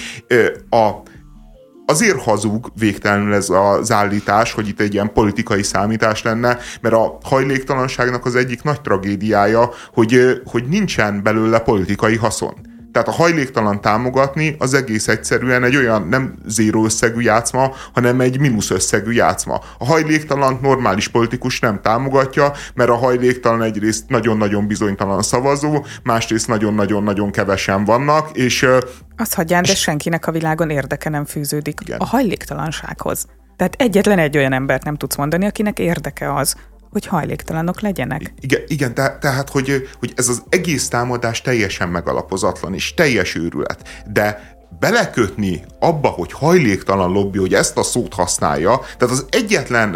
Azért hazug végtelenül ez az állítás, hogy itt egy ilyen politikai számítás lenne, mert a hajléktalanságnak az egyik nagy tragédiája, hogy nincsen belőle politikai haszon. Tehát a hajléktalan támogatni az egész egyszerűen egy olyan nem zéró összegű játszma, hanem egy mínusz összegű játszma. A hajléktalant normális politikus nem támogatja, mert a hajléktalan egyrészt nagyon-nagyon bizonytalan szavazó, másrészt nagyon-nagyon-nagyon kevesen vannak, és... Azt hagyján, de senkinek a világon érdeke nem fűződik a hajléktalansághoz. Tehát egyetlen egy olyan embert nem tudsz mondani, akinek érdeke az, hogy hajléktalanok legyenek. Igen, tehát, hogy ez az egész támadás teljesen megalapozatlan, és teljes őrület. De belekötni abba, hogy hajléktalan lobby, hogy ezt a szót használja, tehát az egyetlen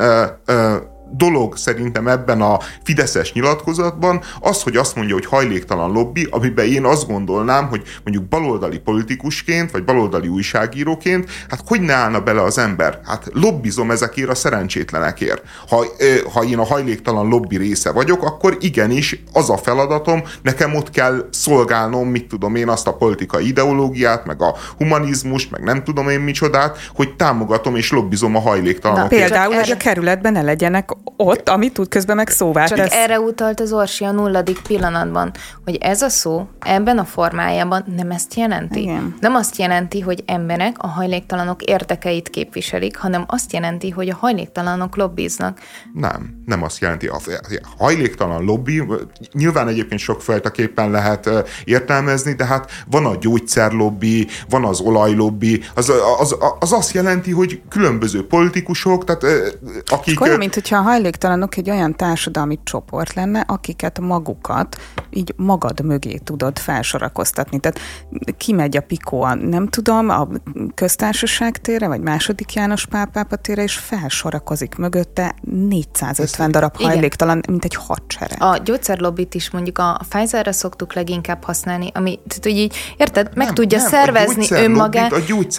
dolog szerintem ebben a fideszes nyilatkozatban az, hogy azt mondja, hogy hajléktalan lobby, amiben én azt gondolnám, hogy mondjuk baloldali politikusként, vagy baloldali újságíróként, hát hogy ne állna bele az ember? Hát lobbizom ezekért a szerencsétlenekért. Ha én a hajléktalan lobby része vagyok, akkor igenis az a feladatom, nekem ott kell szolgálnom, mit tudom én, azt a politikai ideológiát, meg a humanizmust, meg nem tudom én micsodát, hogy támogatom és lobbizom a hajléktalanokért. Például, hogy a kerületben ne legyenek ott, amit tud közben meg szóvá tesz. Csak erre utalt az Orsi a 0. pillanatban, hogy ez a szó ebben a formájában nem ezt jelenti. Igen. Nem azt jelenti, hogy emberek a hajléktalanok érdekeit képviselik, hanem azt jelenti, hogy a hajléktalanok lobbiznak. Nem azt jelenti. A hajléktalan lobby, nyilván egyébként sokfajtaképpen lehet értelmezni, de hát van a gyógyszerlobby, van az olajlobby, az azt jelenti, hogy különböző politikusok, tehát akik... Olyan, mint hogyha a hajléktalanok egy olyan társadalmi csoport lenne, akiket magukat így magad mögé tudod felsorakoztatni. Tehát kimegy a Picó, nem tudom, a Köztársaság térre, vagy II. János Pál pápa térre, és felsorakozik mögötte 450 darab hajléktalan, mint egy hadsereg. A gyógyszerlobbit is mondjuk a Pfizerre szoktuk leginkább használni, ami, tehát, hogy így, érted, meg tudja szervezni önmagát.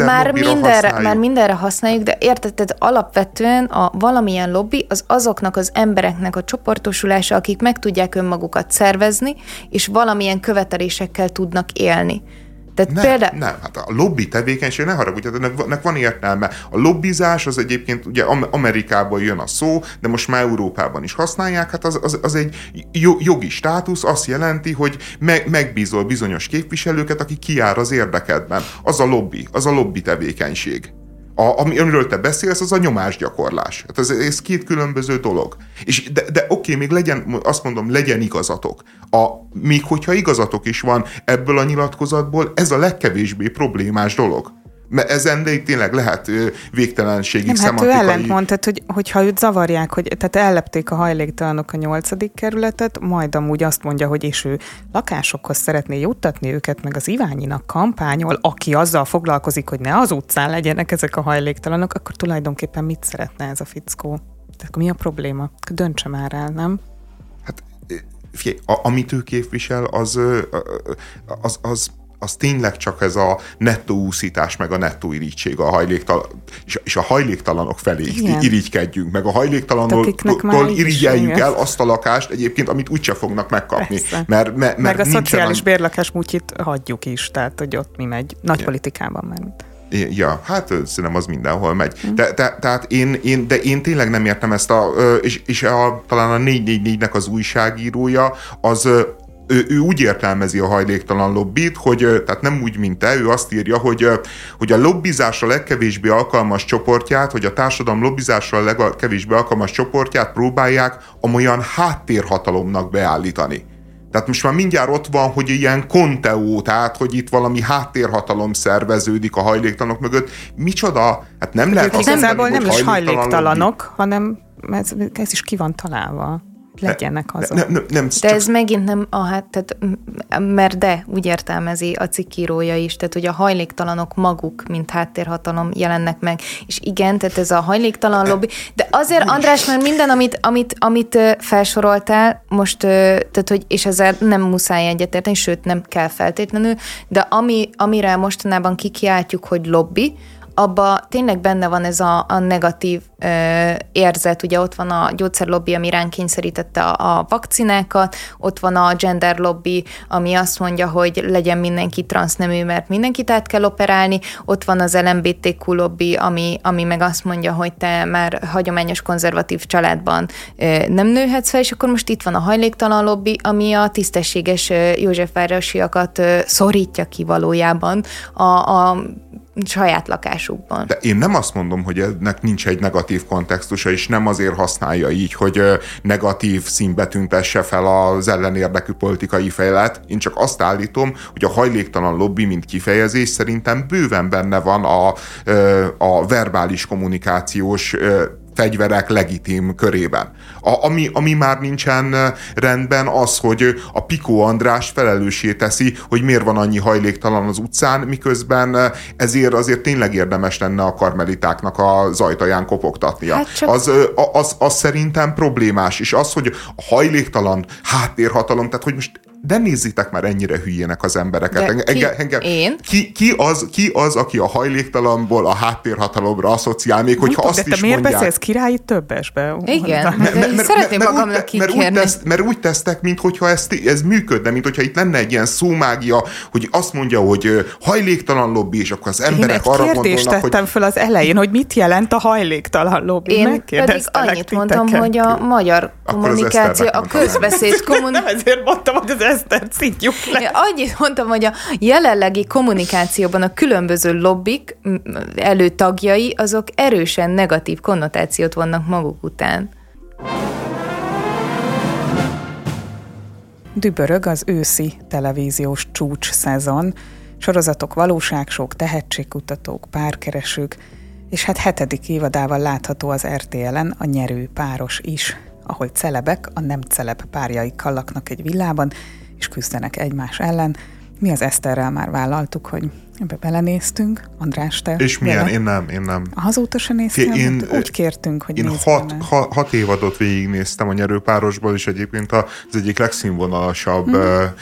Már mindenre használjuk, de érted, tehát alapvetően a valamilyen lobby az azoknak az embereknek a csoportosulása, akik meg tudják önmagukat szervezni, és valamilyen követelésekkel tudnak élni. Nem, hát a lobby tevékenység, ne haragudj, ennek van értelme. A lobbizás az egyébként, ugye Amerikában jön a szó, de most már Európában is használják, hát az egy jogi státusz, azt jelenti, hogy megbízol bizonyos képviselőket, aki kijár az érdekedben. Az a lobby tevékenység. Amiről te beszélsz, az a nyomásgyakorlás. Hát ez két különböző dolog. De oké, még legyen igazatok. Még hogyha igazatok is van ebből a nyilatkozatból, ez a legkevésbé problémás dolog. Mert ezen de tényleg lehet végtelenségig szemantikai... Hát ő ellentmond, tehát hogyha őt zavarják, tehát ellepték a hajléktalanok a 8. kerületet, majd amúgy azt mondja, hogy és ő lakásokhoz szeretné juttatni őket, meg az Iványinak kampányol, aki azzal foglalkozik, hogy ne az utcán legyenek ezek a hajléktalanok, akkor tulajdonképpen mit szeretne ez a fickó? Tehát mi a probléma? Döntse már el, nem? Hát figyelj, amit ő képvisel, az tényleg csak ez a nettó úszítás, meg a nettó irigység és a hajléktalanok felé irigykedjünk, meg a hajléktalanoktól irigyeljük el azt a lakást egyébként, amit úgyse fognak megkapni. Mert meg a szociális bérlakás múltjét hagyjuk is, tehát hogy ott mi megy, nagy politikában már. Ja, hát szerintem az mindenhol megy. Tehát én tényleg nem értem ezt talán a 444-nek az újságírója, ő úgy értelmezi a hajléktalan lobbit, hogy tehát nem úgy, mint te, ő azt írja, hogy a lobbizásra legkevésbé alkalmas csoportját, hogy a társadalom lobbizásra legkevésbé alkalmas csoportját próbálják amolyan háttérhatalomnak beállítani. Tehát most már mindjárt ott van, hogy ilyen konteó, tehát hogy itt valami háttérhatalom szerveződik a hajléktalanok mögött. Micsoda? Hát nem lehet azt mondani, hogy nem is hajléktalanok, hanem ez is ki van találva. Legyenek azok. De ez megint nem, mert úgy értelmezi a cikkírója is, tehát hogy a hajléktalanok maguk, mint háttérhatalom jelennek meg. És igen, tehát ez a hajléktalan lobby. De azért, András, mert minden, amit felsoroltál, most, tehát hogy, és ezzel nem muszáj egyetérteni, sőt nem kell feltétlenül, de amire mostanában kikiáltjuk, hogy lobby, abba tényleg benne van ez a negatív érzet, ugye ott van a gyógyszerlobby, ami ránk kényszerítette a vakcinákat, ott van a gender lobby, ami azt mondja, hogy legyen mindenki transznemű, mert mindenkit át kell operálni, ott van az LMBTQ lobby, ami meg azt mondja, hogy te már hagyományos konzervatív családban nem nőhetsz fel, és akkor most itt van a hajléktalan lobby, ami a tisztességes józsefvárosiakat szorítja ki valójában a saját lakásukban. De én nem azt mondom, hogy ennek nincs egy negatív kontextusa, és nem azért használja így, hogy negatív színbe tüntesse fel az ellenérdekű politikai fejlet. Én csak azt állítom, hogy a hajléktalan lobby, mint kifejezés szerintem bőven benne van a verbális kommunikációs fegyverek legitim körében. Ami már nincsen rendben, az, hogy a Picó András felelőssé teszi, hogy miért van annyi hajléktalan az utcán, miközben ezért azért tényleg érdemes lenne a karmelitáknak az ajtaján kopogtatnia. Hát csak... az szerintem problémás, és az, hogy a hajléktalan háttérhatalom, tehát hogy most de nézzétek már ennyire hülyének az embereket. Én? Ki az, aki a hajléktalanból a háttérhatalomra asszociál, még hogyha azt is mondják. De miért beszélsz királyi többesbe? Igen, szeretném magamnak kikérni. Mert úgy tesztek, mintha ez működne, mintha itt lenne egy ilyen szómágia, hogy azt mondja, hogy hajléktalan lobby, és akkor az emberek arra gondolnak, hogy... Én egy kérdést tettem föl az elején, hogy mit jelent a hajléktalan lobby. Én pedig annyit mondtam, hogy a magyar kommunikáció, a közbeszéd kommunikáció... Nem ezért mondtam, hogy az Esztert szidjuk le. Annyit mondtam, hogy a jelenlegi kommunikációban a különböző lobbik előtagjai, azok erősen negatív konnotációt vannak maguk után. Dübörög az őszi televíziós csúcs szezon, sorozatok, valóságsók, tehetségkutatók, párkeresők, és hát 7. évadával látható az RTL-en a nyerő páros is, ahol celebek a nem celeb párjaikkal laknak egy villában, és küzdenek egymás ellen. Mi az Eszterrel már vállaltuk, hogy ebbe belenéztünk. András, te? És milyen? Én nem. Azóta se néztem? Úgy kértünk, hogy én 6 évadot végignéztem a nyerőpárosból, és egyébként az egyik legszínvonalasabb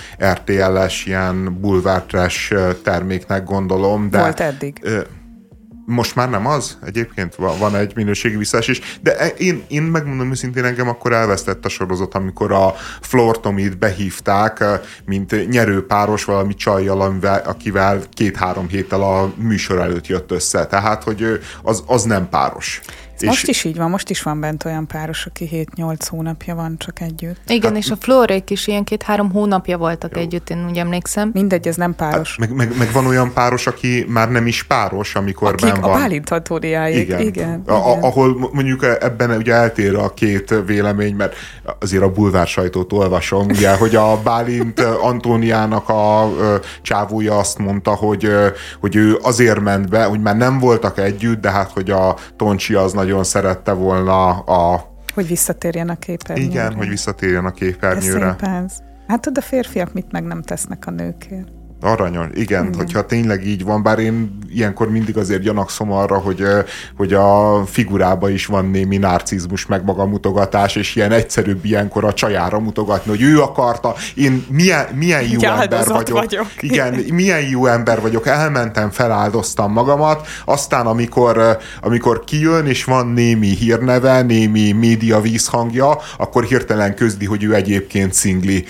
RTL-es ilyen bulvártrash terméknek gondolom. De volt eddig? Most már nem az? Egyébként van egy minőségi visszaesés, de én megmondom őszintén, engem akkor elvesztett a sorozat, amikor a Flor Tomit behívták, mint nyerőpáros valami csajjal, akivel 2-3 héttel a műsor előtt jött össze. Tehát, hogy az nem páros. Most is így van, most is van bent olyan páros, aki 7-8 hónapja van csak együtt. Igen, és a Florék is ilyen 2-3 hónapja voltak együtt, én úgy emlékszem. Mindegy, ez nem páros. Hát, meg van olyan páros, aki már nem is páros, amikor benn van. A Bálint Antóniáig. Igen. Ahol mondjuk ebben ugye eltér a két vélemény, mert azért a bulvár sajtót olvasom, ugye, hogy a Bálint Antóniának a csávója azt mondta, hogy ő azért ment be, hogy már nem voltak együtt, de hát, hogy a Toncsi az nagyon szerette volna hogy visszatérjen a képernyőre. Igen, hogy visszatérjen a képernyőre. Hát a férfiak mit meg nem tesznek a nőkért. Aranyos, igen, hogyha tényleg így van, bár én ilyenkor mindig azért gyanakszom arra, hogy a figurába is van némi narcizmus, meg magamutogatás, és ilyen egyszerűbb ilyenkor a csajára mutogatni, hogy ő akarta, én milyen jó ember vagyok. Igen, milyen jó ember vagyok, elmentem, feláldoztam magamat, aztán amikor kijön, és van némi hírneve, némi média vízhangja, akkor hirtelen közdi, hogy ő egyébként szingli.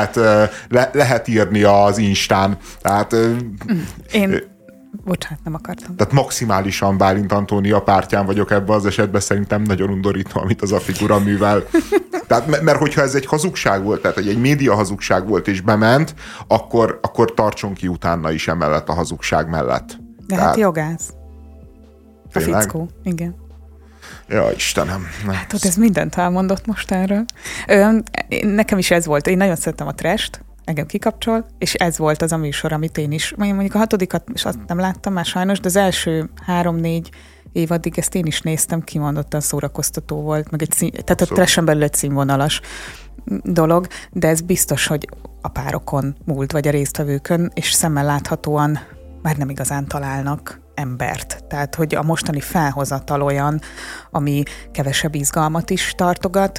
Lehet írni az Instán. Tehát bocsánat, nem akartam. Tehát maximálisan Bálint Antónia pártján vagyok ebben az esetben, szerintem nagyon undorító, amit az a figura művel. Tehát, mert hogyha ez egy hazugság volt, tehát egy média hazugság volt és bement, akkor tartson ki utána is emellett a hazugság mellett. De hát jogász. A fickó, igen. Ja, Istenem. Hát ott ez mindent elmondott most erről. Nekem is ez volt. Én nagyon szerettem a trash-t, engem kikapcsol, és ez volt az a műsor, amit én is. Mondjuk a 6. és azt nem láttam már sajnos, de az első 3-4 évadig ezt én is néztem, kimondottan szórakoztató volt, meg tehát a trash-en belül egy színvonalas dolog, de ez biztos, hogy a párokon múlt, vagy a résztvevőkön, és szemmel láthatóan már nem igazán találnak embert. Tehát, hogy a mostani felhozatal olyan, ami kevesebb izgalmat is tartogat,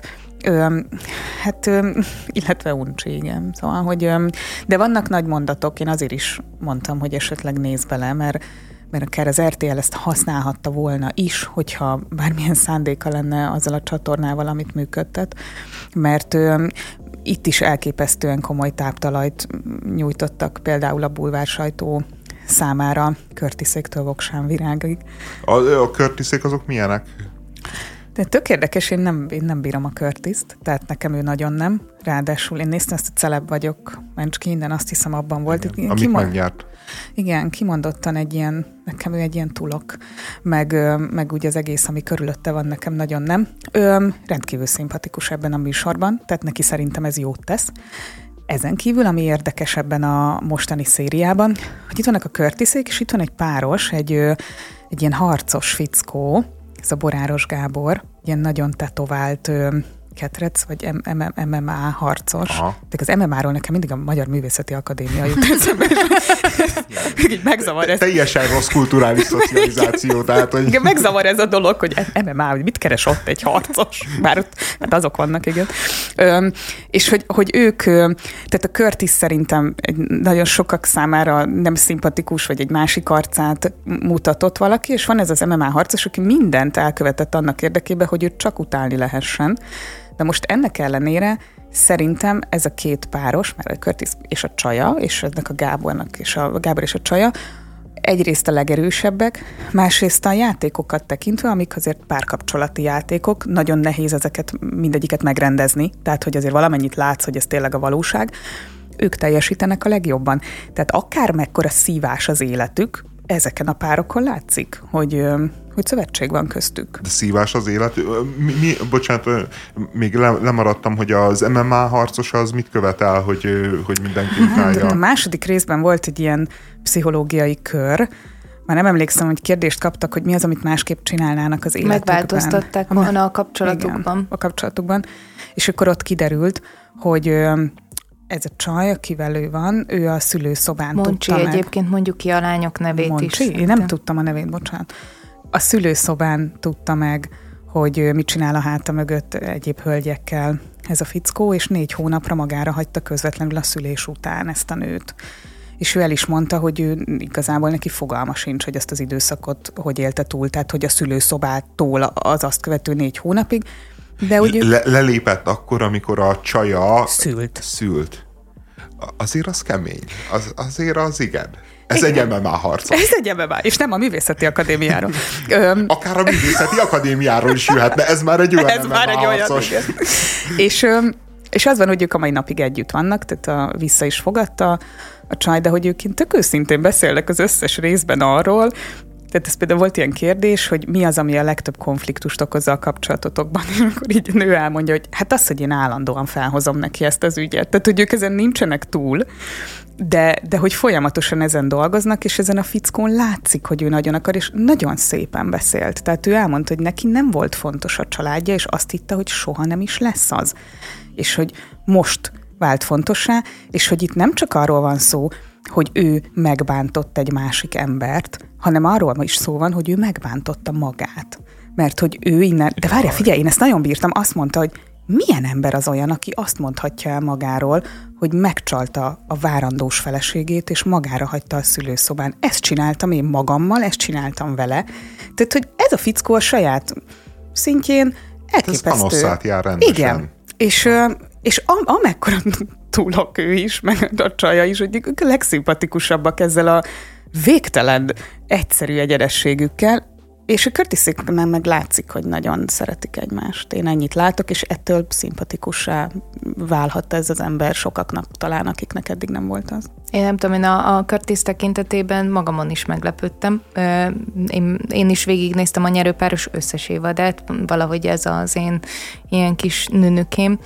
illetve uncsi, igen. Szóval, hogy, de vannak nagy mondatok, én azért is mondtam, hogy esetleg nézz bele, mert akár az RTL ezt használhatta volna is, hogyha bármilyen szándéka lenne azzal a csatornával, amit működtet, mert itt is elképesztően komoly táptalajt nyújtottak például a bulvársajtó számára, Curtiséktől Voksán Virágig. A Curtisék azok milyenek? De tök érdekes, én nem bírom a Curtist, tehát nekem ő nagyon nem. Ráadásul én néztem ezt a Celeb vagyok, Mencsky, innen azt hiszem abban volt. Igen, amit megnyert. Igen, kimondottan nekem ő egy ilyen tulok, meg úgy az egész, ami körülötte van, nekem nagyon nem. Rendkívül szimpatikus ebben a műsorban, tehát neki szerintem ez jót tesz. Ezen kívül, ami érdekes ebben a mostani szériában, hogy itt vannak a Curtisék, és itt van egy páros, egy ilyen harcos fickó, ez a Boráros Gábor, ilyen nagyon tetovált ketrec, vagy MMA harcos. De az MMA-ról nekem mindig a Magyar Művészeti Akadémia jut eszembe. Így megzavar ez. Teljesen rossz kulturális szocializáció. Tehát, hogy... Igen, megzavar ez a dolog, hogy MMA, hogy mit keres ott egy harcos? Bár ott, hát azok vannak, igen. És hogy ők, tehát a Curtis szerintem nagyon sokak számára nem szimpatikus, vagy egy másik arcát mutatott valaki, és van ez az MMA harcos, aki mindent elkövetett annak érdekében, hogy őt csak utálni lehessen. De most ennek ellenére szerintem ez a két páros, mert a Curtis és a csaja, és ennek a Gábornak, és a Gábor és a csaja, egyrészt a legerősebbek, másrészt a játékokat tekintve, amik azért párkapcsolati játékok, nagyon nehéz ezeket mindegyiket megrendezni, tehát hogy azért valamennyit látsz, hogy ez tényleg a valóság, ők teljesítenek a legjobban. Tehát akár mekkora szívás az életük, ezeken a párokon látszik, hogy szövetség van köztük. De szívás az élet? Bocsánat, még lemaradtam, hogy az MMA harcos az mit követel, hogy mindenki utálja? A második részben volt egy ilyen pszichológiai kör, már nem emlékszem, hogy kérdést kaptak, hogy mi az, amit másképp csinálnának az életükben. Megváltoztatták volna a kapcsolatukban. Igen, a kapcsolatukban. És akkor ott kiderült, hogy ez a csaj, akivel ő van, ő a szülőszobán Moncsi, tudta meg. egyébként mondjuk ki a lányok nevét Moncsi? is. Én nem tudtam a nevét, bocsánat. A szülőszobán tudta meg, hogy mit csinál a háta mögött egyéb hölgyekkel ez a fickó, és 4 hónapra magára hagyta közvetlenül a szülés után ezt a nőt. És ő el is mondta, hogy ő igazából neki fogalma sincs, hogy ezt az időszakot hogy élte túl, tehát hogy a szülőszobától az azt követő 4 hónapig. De ugye lelépett akkor, amikor a csaja szült. Azért az kemény. Azért az igen. Ez egy MMA harcos. Ez egy MMA, és nem a Művészeti Akadémiáról. Akár a Művészeti Akadémiáról is jöhetne, ez már egy olyan MMA harcos. És az van, hogy ők a mai napig együtt vannak, tehát vissza is fogadta a csaj, de hogy ők tök őszintén beszélnek az összes részben arról, tehát ez például volt ilyen kérdés, hogy mi az, ami a legtöbb konfliktust okozza a kapcsolatotokban, és akkor így a nő elmondja, hogy hát az, hogy én állandóan felhozom neki ezt az ügyet. Tehát, hogy ők ezen nincsenek túl, de hogy folyamatosan ezen dolgoznak, és ezen a fickón látszik, hogy ő nagyon akar, és nagyon szépen beszélt. Tehát ő elmondta, hogy neki nem volt fontos a családja, és azt hitte, hogy soha nem is lesz az. És hogy most vált fontossá, és hogy itt nem csak arról van szó, hogy ő megbántott egy másik embert, hanem arról is szó van, hogy ő megbántotta magát. Mert hogy ő innen... De várjál, figyelj, én ezt nagyon bírtam, azt mondta, hogy milyen ember az olyan, aki azt mondhatja el magáról, hogy megcsalta a várandós feleségét, és magára hagyta a szülőszobán. Ezt csináltam én magammal, ezt csináltam vele. Tehát, hogy ez a fickó a saját szintjén elképesztő. Ez panosszát jár rendesen. Igen. És amekkora túlok ő is, meg a csaja is, hogy ők a legszimpatikusabbak ezzel a végtelen egyszerű egyenességükkel, És a Curtisékben meg látszik, hogy nagyon szeretik egymást. Én ennyit látok, és ettől szimpatikussá válhat ez az ember sokaknak talán, akiknek eddig nem volt az. Én nem tudom, én a Curtis tekintetében magamon is meglepődtem. Én is végignéztem a Nyerőpáros összes évadát, valahogy ez az én ilyen kis nünükém,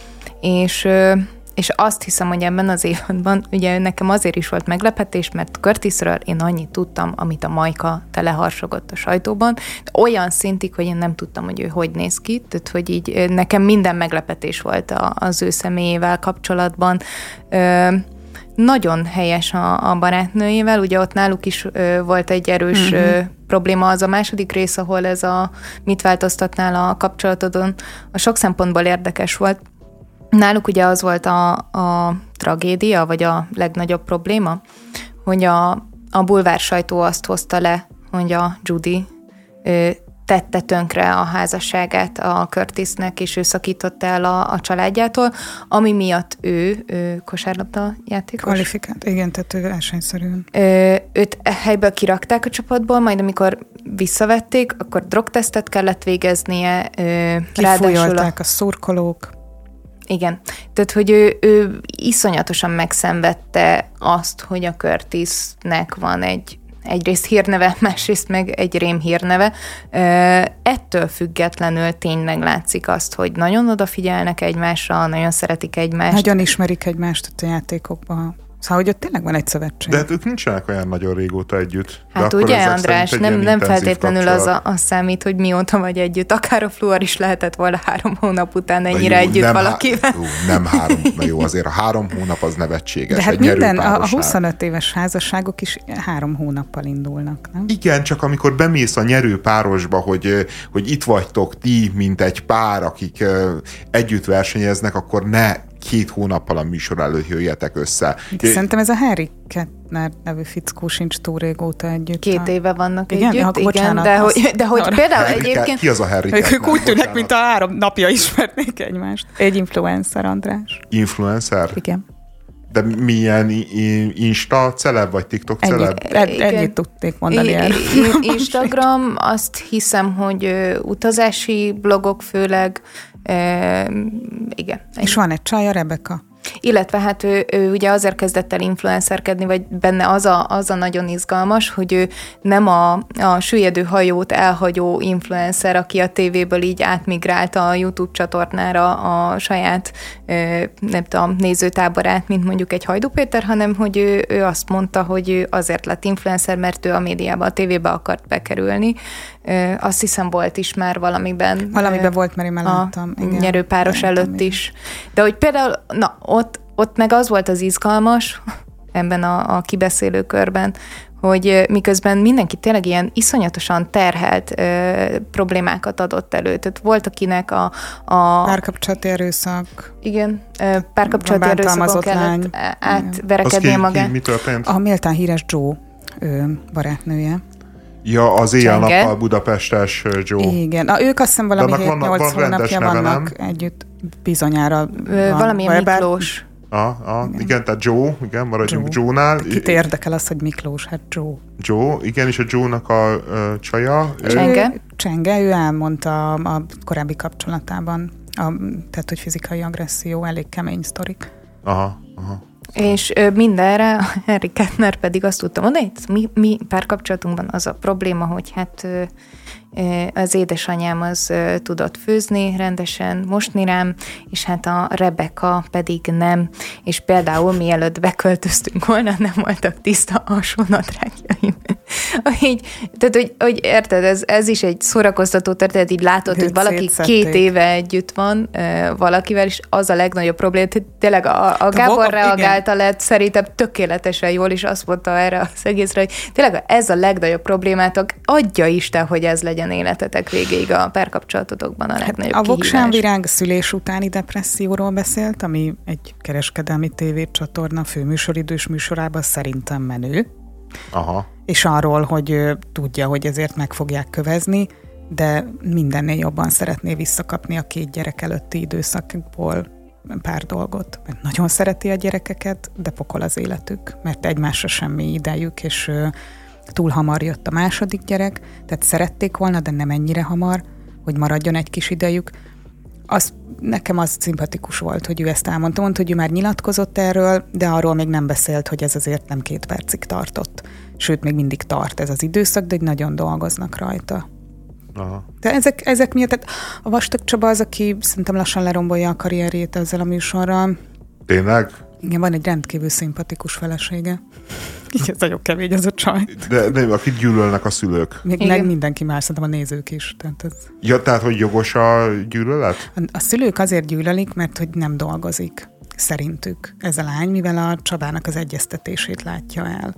és azt hiszem, hogy ebben az évadban, ugye nekem azért is volt meglepetés, mert Curtisről én annyit tudtam, amit a Majka teleharsogott a sajtóban, olyan szintig, hogy én nem tudtam, hogy ő hogy néz ki, tehát hogy így nekem minden meglepetés volt az ő személyével kapcsolatban. Nagyon helyes a barátnőjével, ugye ott náluk is volt egy erős probléma, az a második rész, ahol ez mit változtatnál a kapcsolatodon, a sok szempontból érdekes volt. Náluk ugye az volt a tragédia, vagy a legnagyobb probléma, hogy a bulvár sajtó azt hozta le, hogy a Judy tette tönkre a házasságát a Curtisnek, és ő szakította el a családjától, ami miatt ő kosárlabda játékos. Kvalifikált, igen, tehát ő versenyszerűen. Őt helyből kirakták a csapatból, majd amikor visszavették, akkor drogtesztet kellett végeznie. Kifújolták a szurkolók. Igen. Tehát, hogy ő iszonyatosan megszenvedte azt, hogy a Curtisnek van egyrészt hírneve, másrészt meg egy rém hírneve. Ettől függetlenül tényleg látszik azt, hogy nagyon odafigyelnek egymásra, nagyon szeretik egymást. Nagyon ismerik egymást a játékokban. Szóval, hogy ott tényleg van egy szövetség. De hát ők nincsenek olyan nagyon régóta együtt. Hát ugye, András, nem feltétlenül az számít, hogy mióta vagy együtt. Akár a Fluor is lehetett volna 3 hónap után ennyire együtt valakivel. Nem 3, na jó, azért a 3 hónap az nevetséges. De hát minden, a 25 éves házasságok is 3 hónappal indulnak, nem? Igen, csak amikor bemész a nyerőpárosba, hogy itt vagytok ti, mint egy pár, akik együtt versenyeznek, akkor ne 2 hónappal a műsor előtt jöjjetek össze. De szerintem ez a Harry Kettner nevű fickó sincs túl régóta együtt. 2 éve vannak igen? együtt, igen, bocsánat, de hogy például egyébként... Ki az a Harry Kettner? Ők úgy tűnnek, mint a 3 napja ismernék egymást. Egy influencer, András. Influencer? Igen. De milyen Insta celeb, vagy TikTok celeb? Ennyit tudnék mondani el. Instagram, azt hiszem, hogy utazási blogok főleg, igen. És van egy csaj, a Rebecca. Illetve hát ő ugye azért kezdett el influencerkedni, vagy benne az a nagyon izgalmas, hogy ő nem a süllyedő hajót elhagyó influencer, aki a tévéből így átmigrált a YouTube csatornára a saját nem tudom, nézőtáborát, mint mondjuk egy Hajdú Péter, hanem hogy ő azt mondta, hogy ő azért lett influencer, mert ő a médiába, a tévébe akart bekerülni. Azt hiszem volt is már valamiben. Valamiben volt, mert én már láttam. A nyerőpáros előtt is. De hogy például, ott meg az volt az izgalmas ebben a kibeszélő körben, hogy miközben mindenki tényleg ilyen iszonyatosan terhelt problémákat adott elő. Tehát volt, akinek a párkapcsolati erőszak. Igen, párkapcsolati erőszakon kellett átverekednie magát. Mi történt? A méltán híres Joe barátnője. Ja, az éjjel-nappal budapestes Joe. Igen, ők azt hiszem valami 7-8 hónapja vannak együtt, bizonyára valamilyen Miklós. Igen, tehát Joe, igen, maradjunk Joe-nál. Kit érdekel az, hogy Miklós, hát Joe. Joe, igen, és a Joe-nak a csaja. Csenge. Ő elmondta a korábbi kapcsolatában, tehát, hogy fizikai agresszió, elég kemény sztorik. Aha. És mindenre Harry Kettner pedig azt tudta mondani, hogy mi párkapcsolatunkban az a probléma, hogy hát az édesanyám az tudott főzni rendesen, mosni rám, és hát a Rebecca pedig nem, és például mielőtt beköltöztünk volna, nem voltak tiszta alsónadrágjaim. Tehát, hogy érted, ez is egy szórakoztató történet, így látod, hogy valaki 2 éve együtt van valakivel, és az a legnagyobb probléma, hogy tényleg a Gábor reagálta lett szerintem tökéletesen jól, és azt mondta erre az egészre, hogy tényleg ez a legnagyobb problémátok, adja Isten, hogy ez legyen életetek végéig a párkapcsolatotokban a legnagyobb kihívás. A Voksánvirág szülés utáni depresszióról beszélt, ami egy kereskedelmi tévécsatorna főműsoridős műsorában szerintem menő. Aha. És arról, hogy tudja, hogy ezért meg fogják kövezni, de mindennél jobban szeretné visszakapni a 2 gyerek előtti időszakból pár dolgot. Mert nagyon szereti a gyerekeket, de pokol az életük, mert egymásra semmi idejük, és túl hamar jött a második gyerek, tehát szerették volna, de nem ennyire hamar, hogy maradjon egy kis idejük. Nekem az szimpatikus volt, hogy ő ezt elmondta. Mondta, hogy ő már nyilatkozott erről, de arról még nem beszélt, hogy ez azért nem 2 percig tartott. Sőt, még mindig tart ez az időszak, de nagyon dolgoznak rajta. Aha. De ezek miatt, tehát a Vastag Csaba az, aki szerintem lassan lerombolja a karrierjét ezzel a műsorral. Tényleg? Igen, van egy rendkívül szimpatikus felesége. Így ez nagyon kevés az a csaj. De nem, akit gyűlölnek a szülők. Meg mindenki más, szerintem a nézők is. Tehát ez... Ja, tehát, hogy jogos a gyűlölet? A szülők azért gyűlölik, mert hogy nem dolgozik, szerintük ez a lány, mivel a Csabának az egyeztetését látja el.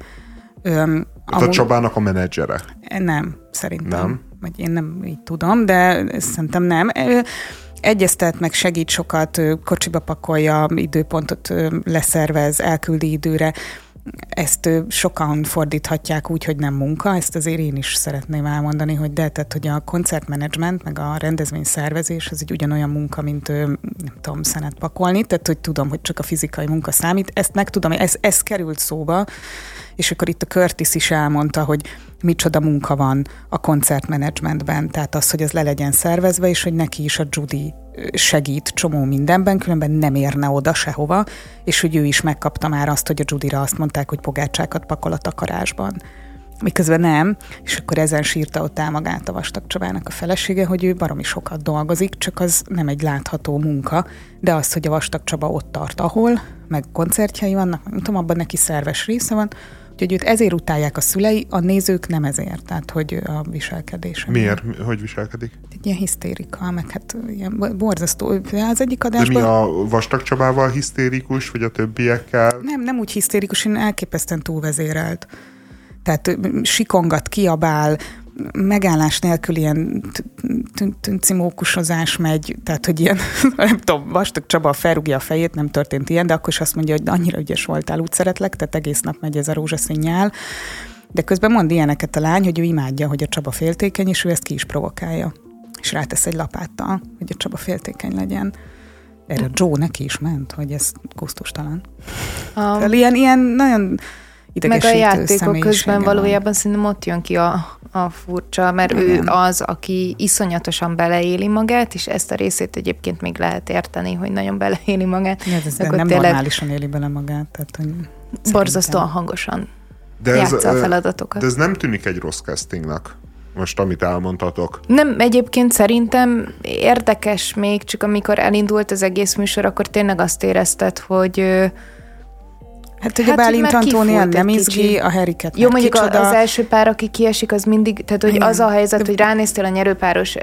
A Csabának a menedzsere? Nem, szerintem. Nem? Vagy én nem így tudom, de szerintem nem. Egyeztet, meg segít sokat, kocsiba pakolja, időpontot leszervez, elküldi időre. Ezt sokan fordíthatják úgy, hogy nem munka, ezt azért én is szeretném elmondani, hogy tehát, hogy a koncertmenedzsment, meg a rendezvényszervezés, az egy ugyanolyan munka, mint nem tudom, szenet pakolni, tehát hogy tudom, hogy csak a fizikai munka számít, ezt meg tudom, ez került szóba, és akkor itt a Curtis is elmondta, hogy micsoda munka van a koncertmenedzsmentben, tehát az, hogy ez le legyen szervezve, és hogy neki is a Judy segít csomó mindenben, különben nem érne oda sehova, és hogy ő is megkapta már azt, hogy a Judyra azt mondták, hogy pogácsákat pakol a takarásban. Miközben nem, és akkor ezen sírta ott el magát a Vastag Csabának a felesége, hogy ő baromi sokat dolgozik, csak az nem egy látható munka, de az, hogy a Vastag Csaba ott tart, ahol, meg koncertjei vannak, nem tudom, abban neki szerves része van, úgyhogy őt ezért utálják a szülei, a nézők nem ezért, tehát hogy a viselkedése. Miért? Hogy viselkedik? Egy ilyen hisztérika, meg hát ilyen borzasztó. Az egyik adásban... De mi a Vastag Csabával hisztérikus, vagy a többiekkel? Nem úgy hisztérikus, én elképesztően túlvezérelt. Tehát sikongat, kiabál, megállás nélkül ilyen cimókusozás megy, tehát hogy ilyen, nem tudom, Vastag Csaba felrúgja a fejét, nem történt ilyen, de akkor is azt mondja, hogy annyira ügyes voltál, úgy szeretlek, tehát egész nap megy ez a rózsaszín nyál. De közben mond ilyeneket a lány, hogy ő imádja, hogy a Csaba féltékeny, és ő ezt ki is provokálja. És rátesz egy lapáttal, hogy a Csaba féltékeny legyen. Erre Joe neki is ment, hogy ez gusztustalan. Ilyen nagyon idegesítő meg a játékok személyisége közben van. valójában szerintem ott jön ki a furcsa, mert igen. Ő az, aki iszonyatosan beleéli magát, és ezt a részét egyébként még lehet érteni, hogy nagyon beleéli magát. De nem normálisan éli bele magát. Tehát, hogy borzasztóan hangosan játsza a feladatokat. De ez nem tűnik egy rossz castingnak, most amit elmondhatok. Nem, egyébként szerintem érdekes még, csak amikor elindult az egész műsor, akkor tényleg azt érezted, hogy hát ugye Bálint Antónia nem izgi, a Heriket jó, mondjuk az első pár, aki kiesik, az mindig, tehát hogy az a helyzet, hogy ránéztél a nyerőpáros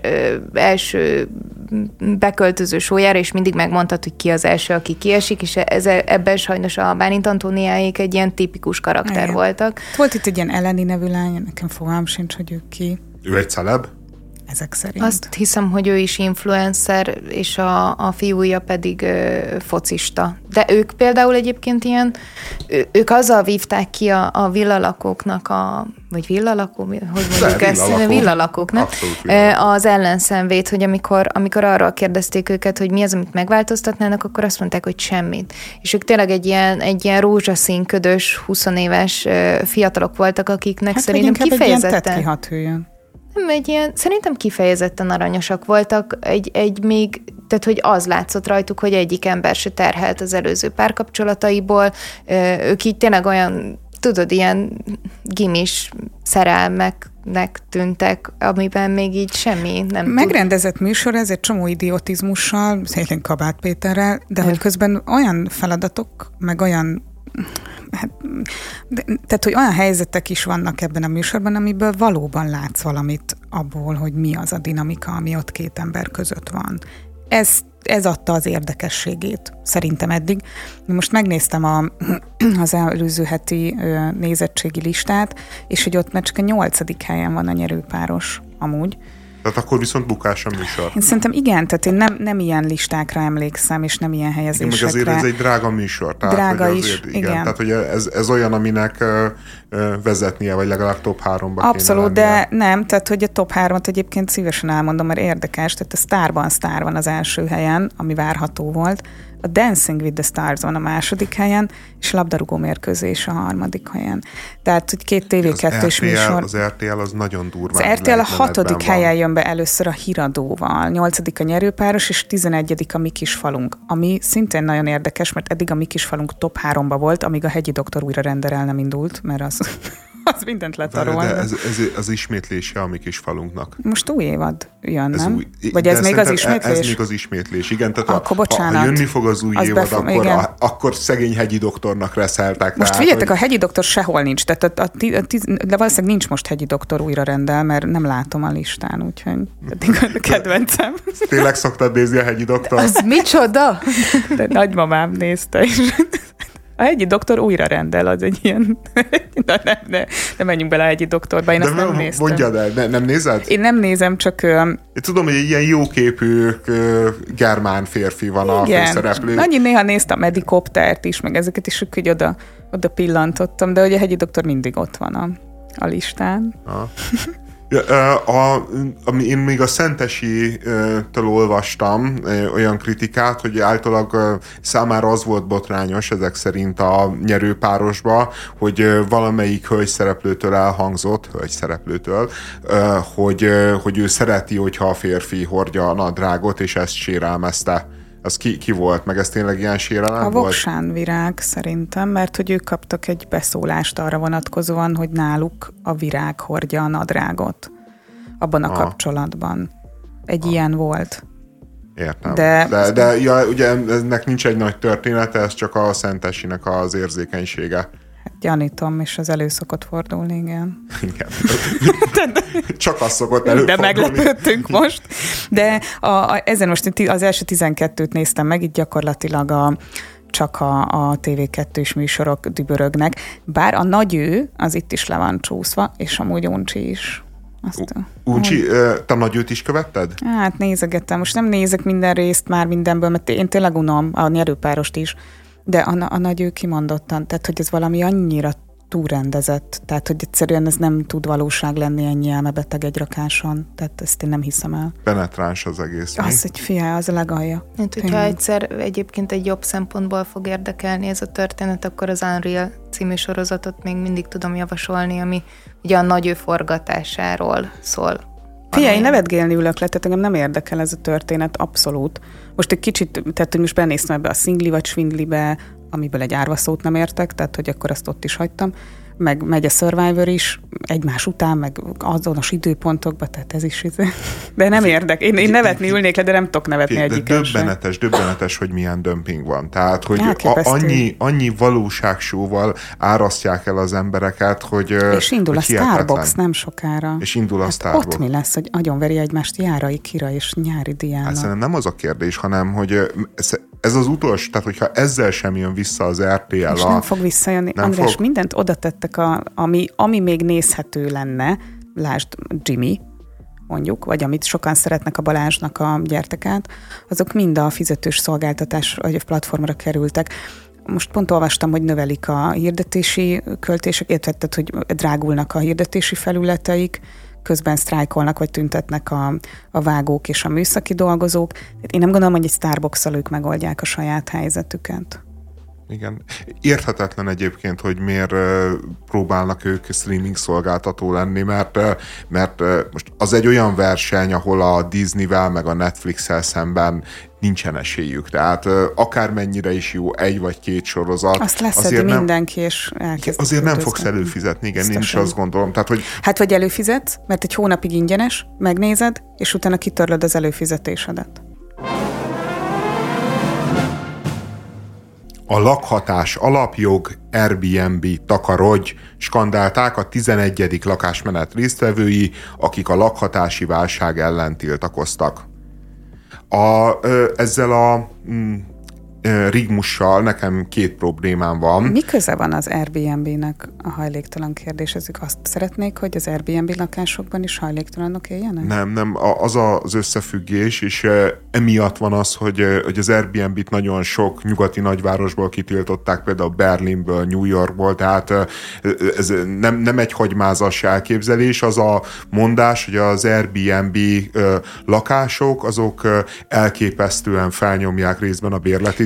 első beköltöző sójára, és mindig megmondtad, hogy ki az első, aki kiesik, és ebben sajnos a Bálint Antóniáik egy ilyen tipikus karakter voltak. Volt itt egy ilyen Eleni nevű lány, nekem fogalmam sincs, hogy ő ki. Ő egy celeb? Ezek szerint. Azt hiszem, hogy ő is influencer, és a fiúja pedig focista. De ők például egyébként ilyen, ők azzal vívták ki a villalakóknak, vagy villalakó, hogy mondjuk ezt? Villalakóknak, az ellenszenvét, hogy amikor arról kérdezték őket, hogy mi az, amit megváltoztatnának, akkor azt mondták, hogy semmit. És ők tényleg egy ilyen rózsaszín, ködös, 20 éves fiatalok voltak, akiknek hát szerintem kifejezetten... Szerintem kifejezetten aranyosak voltak, még, tehát hogy az látszott rajtuk, hogy egyik ember se terhelt az előző párkapcsolataiból, ők így tényleg olyan, tudod, ilyen gimis szerelmeknek tűntek, amiben még így semmi nem megrendezett műsor, ez egy csomó idiotizmussal, szélén Kabát Péterrel, de hogy közben olyan feladatok, meg olyan tehát, hogy olyan helyzetek is vannak ebben a műsorban, amiből valóban látsz valamit abból, hogy mi az a dinamika, ami ott két ember között van. Ez adta az érdekességét, szerintem eddig. Most megnéztem az előző heti nézettségi listát, és hogy ott már csak a 8. helyen van a nyerőpáros amúgy. Tehát akkor viszont bukás a műsor. Én szerintem igen, tehát én nem ilyen listákra emlékszem, és nem ilyen helyezésekre. Azért ez egy drága műsor. Tehát, drága azért, is, igen. Tehát, hogy ez olyan, aminek vezetnie, vagy legalább top 3-ba abszolút, de nem, tehát, hogy a top 3-at egyébként szívesen elmondom, mert érdekes, tehát a Sztár van az első helyen, ami várható volt. a Dancing with the Stars van a második helyen, és labdarúgó mérkőzés a harmadik helyen. Tehát, hogy 2 TV2-s műsor. Az RTL az nagyon durván. Az RTL a 6. helyen jön be először a Híradóval, 8. a Nyerőpáros, és 11. a Mi kis falunk, ami szintén nagyon érdekes, mert eddig a Mi kis falunk top 3-ba volt, amíg a Hegyi doktor újra rendel nem indult, mert az mindent letarol. De ez az ismétlése a Mi kis falunknak. Most új évad jön, nem? Vagy ez még az ismétlés? Ez még az ismétlés, igen. Tehát akkor bocsánat. Ha jönni fog az új évad, akkor szegény Hegyi doktornak reszeltek. Most figyeljetek, a Hegyi doktor sehol nincs, tehát de valószínűleg nincs most Hegyi doktor újra rendel, mert nem látom a listán, úgyhogy a kedvencem. Tényleg szoktad nézni a Hegyi doktor? Az micsoda? De nagymamám nézte is. A Hegyi doktor újra rendel, az egy ilyen... Ne menjünk bele a Hegyi doktorba, én azt nem néztem. Mondjad el, nem nézed? Én nem nézem, csak... Én tudom, hogy egy ilyen jóképű germán férfi van a főszereplő. Annyi néha néztem a Medikoptert is, meg ezeket is, hogy oda pillantottam, de hogy a Hegyi doktor mindig ott van a listán. Én még a Szentesi-től olvastam olyan kritikát, hogy általában számára az volt botrányos ezek szerint a nyerőpárosba, hogy valamelyik hölgyszereplőtől elhangzott, hogy ő szereti, hogyha a férfi hordja a nadrágot, és ezt sérelmezte. Az ki volt? Meg ez tényleg ilyen sérelem volt? A Voksán Virág szerintem, mert hogy ők kaptak egy beszólást arra vonatkozóan, hogy náluk a virág hordja a nadrágot. Abban a kapcsolatban. Egy ilyen volt. Értem. De ja, ugye ennek nincs egy nagy története, ez csak a Szentesinek az érzékenysége. Hát gyanítom, és az elő szokott fordulni, igen. Igen. Csak az szokott előfordulni. De meglepődtünk most. De ezen most az első 12-t néztem meg, itt gyakorlatilag csak a TV2-s műsorok dübörögnek. Bár a nagy ő, az itt is le van csúszva, és amúgy Uncsi is. Uncsi, te nagy őt is követted? Hát nézegettem. Most nem nézek minden részt már mindenből, mert én tényleg unom a nyerőpárost is. De a nagy ő kimondottan, tehát hogy ez valami annyira túlrendezett, tehát hogy egyszerűen ez nem tud valóság lenni ennyi elmebeteg egy rakáson, tehát ezt én nem hiszem el. Penetráns az egész. Az egy fiá, az a legalja. Hát, hogyha egyszer egyébként egy jobb szempontból fog érdekelni ez a történet, akkor az Unreal című sorozatot még mindig tudom javasolni, ami ugye a nagy ő forgatásáról szól. Figyelj, én nevetgélni ülök le, tehát engem nem érdekel ez a történet, abszolút. Most egy kicsit, tehát hogy most benéztem ebbe a Szingli vagy Svindlibe, amiből egy árva szót nem értek, tehát hogy akkor azt ott is hagytam, meg megy a Survivor is, egymás után, meg azonos időpontokba, tehát ez is de nem érdek. Én nevetni ülnék le, de nem tudok nevetni egyikkel sem. Döbbenetes, hogy milyen dömping van. Tehát, hogy annyi valóságsóval árasztják el az embereket, hogy és indul a Starbucks nem sokára. És indul a Starbucks. Ott mi lesz, hogy agyonveri egymást Járai Kira és Nyári Diana? Hát szerintem nem az a kérdés, hanem, hogy ez az utolsó, tehát hogyha ezzel sem jön vissza az RTL. És nem fog visszajönni. András, mindent oda tettek, ami még nézhető lenne, lásd Jimmy, mondjuk, vagy amit sokan szeretnek a Balázsnak a gyertekát, azok mind a fizetős szolgáltatás vagy a platformra kerültek. Most pont olvastam, hogy növelik a hirdetési költések, értetted, hogy drágulnak a hirdetési felületeik, közben sztrájkolnak, vagy tüntetnek a vágók és a műszaki dolgozók. Én nem gondolom, hogy egy Starbucks-szal ők megoldják a saját helyzetüket. Igen. Érthetetlen egyébként, hogy miért próbálnak ők streaming szolgáltató lenni, mert most az egy olyan verseny, ahol a Disney-vel meg a Netflix-el szemben nincsen esélyük. Tehát akármennyire is jó egy vagy két sorozat. Azt leszedi mindenki, és elkezd. Azért nem fogsz előfizetni, igen, én is azt gondolom. Tehát, hogy... Hát vagy előfizetsz, mert egy hónapig ingyenes, megnézed, és utána kitörlöd az előfizetésedet. A lakhatás alapjog, Airbnb takarodj, skandálták a 11. lakásmenet résztvevői, akik a lakhatási válság ellen tiltakoztak. Ezzel a rigmussal nekem két problémám van. Mi köze van az Airbnb-nek a hajléktalan kérdésezük? Azt szeretnék, hogy az Airbnb lakásokban is hajléktalanok éljenek? Nem, az az összefüggés, és emiatt van az, hogy az Airbnb-t nagyon sok nyugati nagyvárosból kitiltották, például Berlinből, New Yorkból, tehát ez nem egy hagymázas elképzelés, az a mondás, hogy az Airbnb lakások, azok elképesztően felnyomják részben a bérleti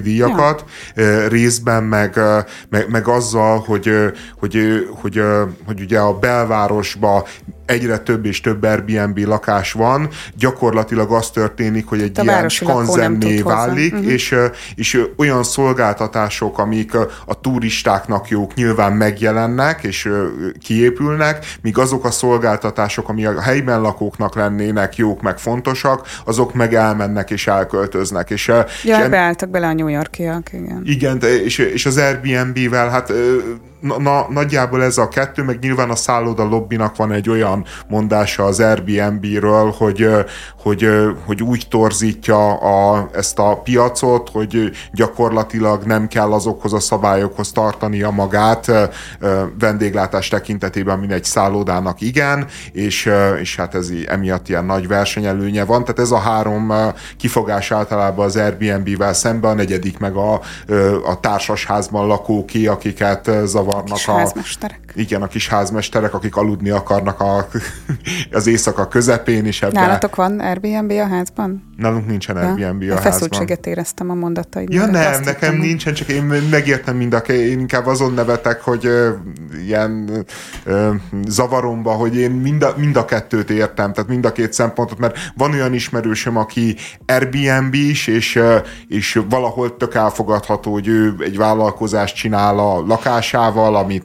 díjakat, részben meg azzal, hogy ugye a belvárosba egyre több és több Airbnb lakás van, gyakorlatilag az történik, hogy egy ilyen skanzenné válik, és olyan szolgáltatások, amik a turistáknak jók, nyilván megjelennek, és kiépülnek, míg azok a szolgáltatások, ami a helyben lakóknak lennének jók, meg fontosak, azok meg elmennek és elköltöznek. És beálltak bele a New Yorkiak, igen. Igen, és az Airbnb-vel, hát nagyjából ez a kettő, meg nyilván a szálloda lobbinak van egy olyan mondása az Airbnb-ről, hogy úgy torzítja ezt a piacot, hogy gyakorlatilag nem kell azokhoz a szabályokhoz tartania magát vendéglátás tekintetében, mint egy szállodának igen, és hát ez emiatt ilyen nagy versenyelőnye van. Tehát ez a három kifogás általában az Airbnb-vel szemben, a negyedik meg a társasházban lakóké, akiket zavarnak a kis házmesterek, akik aludni akarnak az éjszaka közepén is ebben. Nálatok van Airbnb a házban? Nálunk nincsen Airbnb a házban. Feszültséget éreztem a mondataidban. Ja nem, nekem nincsen, csak én megértem én inkább azon nevetek, hogy ilyen zavaromba, hogy én mind a kettőt értem, tehát mind a két szempontot, mert van olyan ismerősöm, aki Airbnb-s, és valahol tök elfogadható, hogy ő egy vállalkozást csinál a lakásával,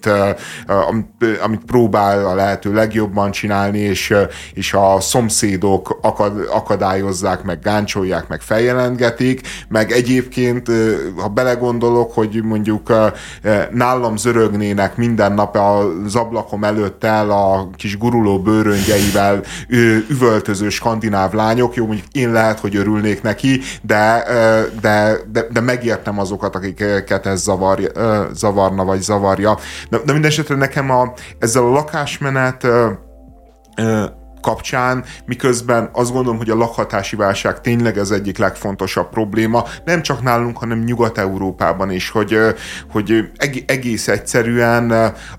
amit próbál a lehető legjobban csinálni, és a szomszédok akadályozzák, meg gáncsolják, meg feljelentgetik, meg egyébként, ha belegondolok, hogy mondjuk nálam zörögnének minden nap az ablakom előtt el a kis guruló bőröngyeivel üvöltöző skandináv lányok, jó, mondjuk én lehet, hogy örülnék neki, de megértem azokat, akiket ez zavarna, vagy zavarja. De mindesetre nekem ezzel a lakásmenet kapcsán, miközben azt gondolom, hogy a lakhatási válság tényleg az egyik legfontosabb probléma, nem csak nálunk, hanem Nyugat-Európában is, hogy egész egyszerűen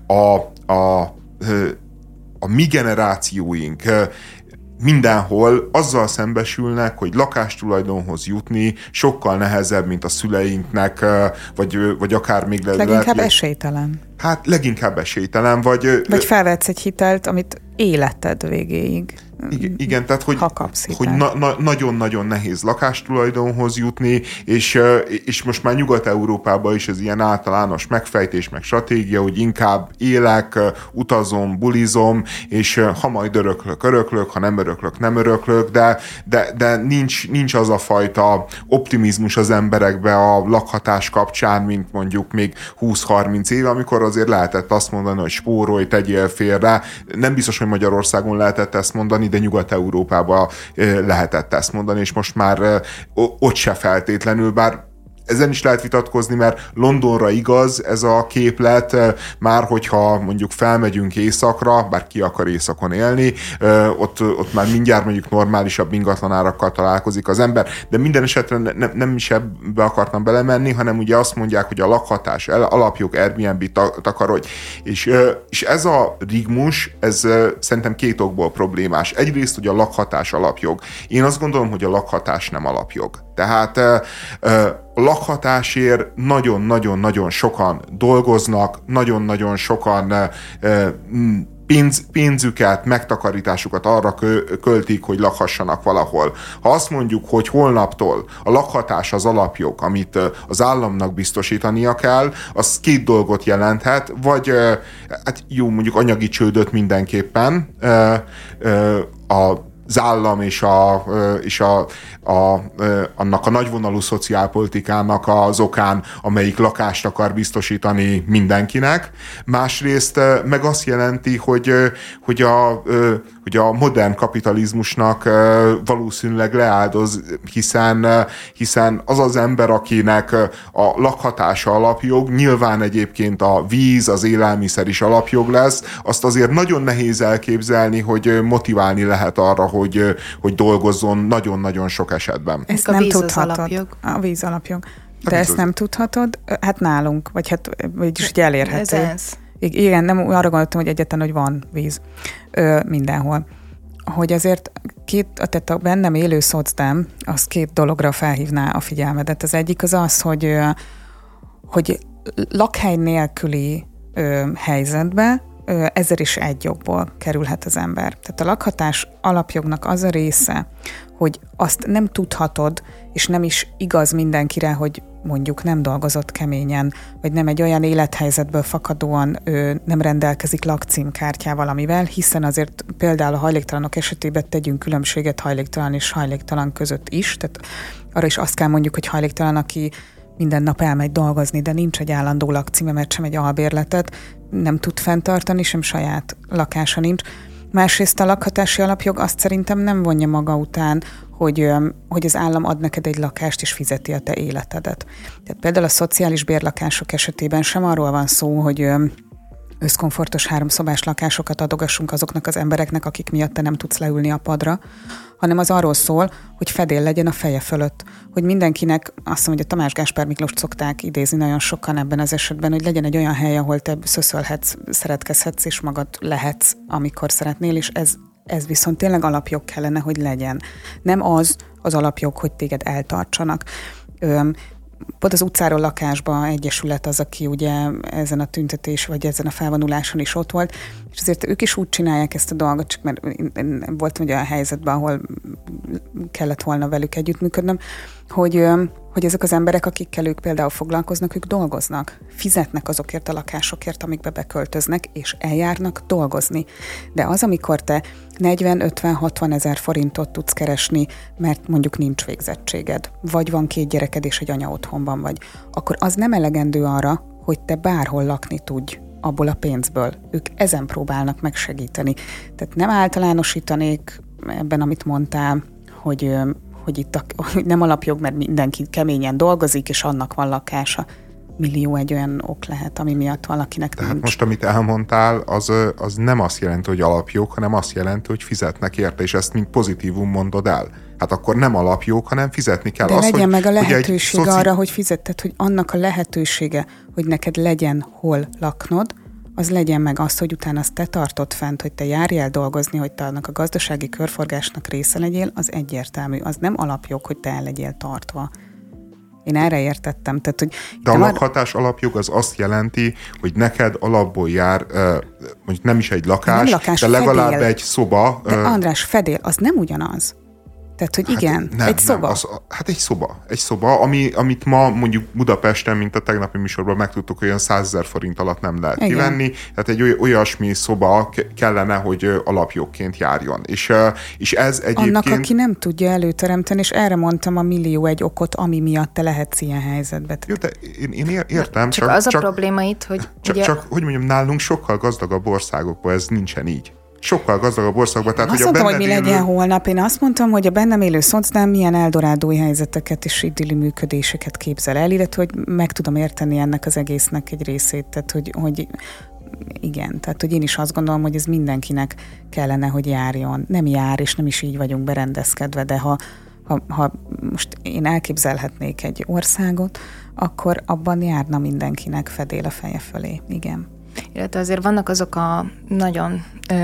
a mi generációink mindenhol azzal szembesülnek, hogy lakástulajdonhoz jutni sokkal nehezebb, mint a szüleinknek, vagy akár még leginkább esélytelen. Hát leginkább esélytelen, vagy felvetsz egy hitelt, amit életed végéig. Igen, tehát hogy nagyon-nagyon nehéz lakástulajdonhoz jutni, és most már Nyugat-Európában is ez ilyen általános megfejtés, meg stratégia, hogy inkább élek, utazom, bulizom, és ha majd öröklök, ha nem öröklök, de nincs az a fajta optimizmus az emberekbe a lakhatás kapcsán, mint mondjuk még 20-30 éve, amikor azért lehetett azt mondani, hogy spórolj, tegyél félre. Nem biztos, hogy Magyarországon lehetett ezt mondani, de Nyugat-Európában lehetett ezt mondani, és most már ott se feltétlenül, bár ezen is lehet vitatkozni, mert Londonra igaz ez a képlet, már hogyha mondjuk felmegyünk északra, bár ki akar északon élni, ott már mindjárt mondjuk normálisabb ingatlanárakkal találkozik az ember, de minden esetre nem is ebbe akartam belemenni, hanem ugye azt mondják, hogy a lakhatás alapjog Airbnb takarodj, és ez a rigmus, ez szerintem két okból problémás. Egyrészt, hogy a lakhatás alapjog. Én azt gondolom, hogy a lakhatás nem alapjog. Tehát a lakhatásért nagyon-nagyon-nagyon sokan dolgoznak, nagyon-nagyon sokan pénzüket, megtakarításukat arra költik, hogy lakhassanak valahol. Ha azt mondjuk, hogy holnaptól a lakhatás az alapjog, amit az államnak biztosítania kell, az két dolgot jelenthet, vagy hát jó, mondjuk anyagi csődöt mindenképpen, az állam és annak a nagyvonalú szociálpolitikának az okán, amelyik lakást akar biztosítani mindenkinek. Másrészt meg azt jelenti, hogy a modern kapitalizmusnak valószínűleg leáldoz, hiszen az az ember, akinek a lakhatása alapjog, nyilván egyébként a víz, az élelmiszer is alapjog lesz, azt azért nagyon nehéz elképzelni, hogy motiválni lehet arra, hogy dolgozzon nagyon-nagyon sok esetben. Ezt nem tudhatod. A víz alapjog. De ezt nem tudhatod, hát nálunk, vagy hát vagyis ugye elérhető. Igen, nem arra gondoltam, hogy egyetlen, hogy van víz mindenhol. hogy azért tehát a bennem élő szocdem, az két dologra felhívná a figyelmedet. Az egyik az, hogy lakhely nélküli helyzetbe 1001 jogból kerülhet az ember. Tehát a lakhatás alapjognak az a része, hogy azt nem tudhatod, és nem is igaz mindenkire, hogy mondjuk nem dolgozott keményen, vagy nem egy olyan élethelyzetből fakadóan nem rendelkezik lakcímkártyával, amivel, hiszen azért például a hajléktalanok esetében tegyünk különbséget hajléktalan és hajléktalan között is, tehát arra is azt kell mondjuk, hogy hajléktalan, aki minden nap elmegy dolgozni, de nincs egy állandó lakcíme, mert sem egy albérletet nem tud fenntartani, sem saját lakása nincs. Másrészt a lakhatási alapjog azt szerintem nem vonja maga után, hogy az állam ad neked egy lakást, és fizeti a te életedet. Tehát például a szociális bérlakások esetében sem arról van szó, hogy összkomfortos 3 szobás lakásokat adogassunk azoknak az embereknek, akik miatt te nem tudsz leülni a padra, hanem az arról szól, hogy fedél legyen a feje fölött. Hogy mindenkinek, azt mondom, hogy a Tamás Gáspár Miklóst szokták idézni nagyon sokan ebben az esetben, hogy legyen egy olyan hely, ahol te szöszölhetsz, szeretkezhetsz, és magad lehetsz, amikor szeretnél, és ez viszont tényleg alapjog kellene, hogy legyen. Nem az alapjog, hogy téged eltartsanak. Pont az utcáról lakásba egyesület az, aki ugye ezen a tüntetés, vagy ezen a felvonuláson is ott volt, és azért ők is úgy csinálják ezt a dolgot, csak mert én voltam ugye a helyzetben, ahol kellett volna velük együttműködnöm, hogy ezek az emberek, akikkel ők például foglalkoznak, ők dolgoznak, fizetnek azokért a lakásokért, amikbe beköltöznek, és eljárnak dolgozni. De az, amikor te 40-50-60 ezer forintot tudsz keresni, mert mondjuk nincs végzettséged, vagy van 2 gyereked, és egy anya otthonban vagy, akkor az nem elegendő arra, hogy te bárhol lakni tudj abból a pénzből. Ők ezen próbálnak megsegíteni. Tehát nem általánosítanék ebben, amit mondtál, hogy itt hogy nem alapjog, mert mindenki keményen dolgozik, és annak van lakása. Millió egy olyan ok lehet, ami miatt valakinek Tehát nincs. most, amit elmondtál, az nem azt jelenti, hogy alapjog, hanem azt jelenti, hogy fizetnek érte, és ezt mint pozitívum mondod el. Hát akkor nem alapjog, hanem fizetni kell. De az, legyen hogy, meg a lehetőség arra, hogy fizetted, hogy annak a lehetősége, hogy neked legyen hol laknod, az legyen meg az, hogy utána azt te tartod fent, hogy te járj el dolgozni, hogy te annak a gazdasági körforgásnak része legyél, az egyértelmű. Az nem alapjog, hogy te el legyél tartva. Én erre értettem. Tehát, hogy de a lakhatás alapjog az azt jelenti, hogy neked alapból jár, mondjuk nem is egy lakás, de legalább fedél. Egy szoba. De András, fedél, az nem ugyanaz. Tehát, hogy igen, nem, egy szoba. Hát egy szoba, amit ma mondjuk Budapesten, mint a tegnapi műsorban megtudtuk, hogy olyan 100 000 forint alatt nem lehet kivenni. Tehát egy olyasmi szoba kellene, hogy alapjogként járjon. És ez egyébként... Annak, aki nem tudja előteremteni, és erre mondtam a millió egy okot, ami miatt te lehetsz ilyen helyzetben. Jó, de én értem. Csak az a probléma itt, hogy... Csak, hogy mondjam, nálunk sokkal gazdagabb országokban ez nincsen így. Sokkal gazdagabb országban. Tehát, azt mondtam, hogy mi legyen holnap. Én azt mondtam, hogy a bennem élő szocdám milyen eldorádói helyzeteket és idilli működéseket képzel el, illetve hogy meg tudom érteni ennek az egésznek egy részét. Tehát, hogy igen, tehát hogy én is azt gondolom, hogy ez mindenkinek kellene, hogy járjon. Nem jár, és nem is így vagyunk berendezkedve, de ha most én elképzelhetnék egy országot, akkor abban járna mindenkinek fedél a feje fölé. Igen. Illetve azért vannak azok a nagyon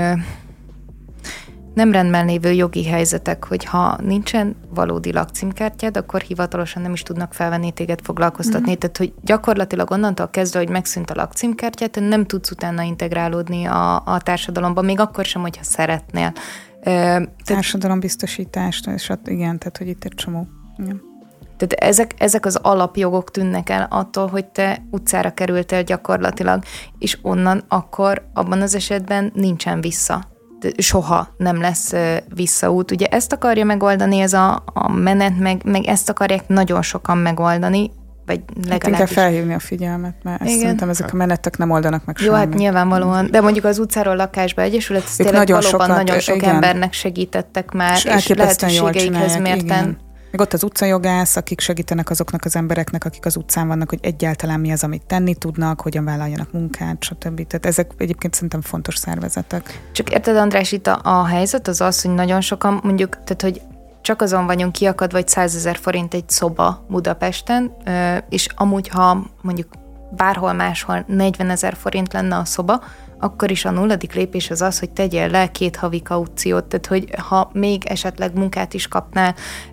nem rendben lévő jogi helyzetek, hogy ha nincsen valódi lakcímkártyád, akkor hivatalosan nem is tudnak felvenni téged foglalkoztatni. Mm-hmm. Tehát, hogy gyakorlatilag onnantól kezdve, hogy megszűnt a lakcímkártyát, nem tudsz utána integrálódni a társadalomba, még akkor sem, hogyha szeretnél. Társadalombiztosítást, és igen, tehát, hogy itt egy csomó. Igen. Tehát ezek az alapjogok tűnnek el attól, hogy te utcára kerültél gyakorlatilag, és onnan akkor abban az esetben nincsen vissza. Soha nem lesz visszaút. Ugye ezt akarja megoldani ez a menet, meg ezt akarják nagyon sokan megoldani, vagy legalábbis. Inkább felhívni a figyelmet, mert ezt szerintem ezek a menetek nem oldanak meg semmit. Jó, hát nyilvánvalóan, de mondjuk az utcáról lakásba egyesület, ez tényleg valóban nagyon sok embernek segítettek már, és lehetőségeikhez mérten. Még ott az utcajogász, akik segítenek azoknak az embereknek, akik az utcán vannak, hogy egyáltalán mi az, amit tenni tudnak, hogyan vállaljanak munkát, stb. Tehát ezek egyébként szerintem fontos szervezetek. Csak érted, András, itt a helyzet az, hogy nagyon sokan mondjuk, tehát hogy csak azon vagyunk kiakadva, hogy 100 000 forint egy szoba Budapesten, és amúgy, ha mondjuk bárhol máshol 40 000 forint lenne a szoba, akkor is a 0. lépés az az, hogy tegyél le 2 havi kauciót, tehát hogy ha még esetleg munkát is kapnál,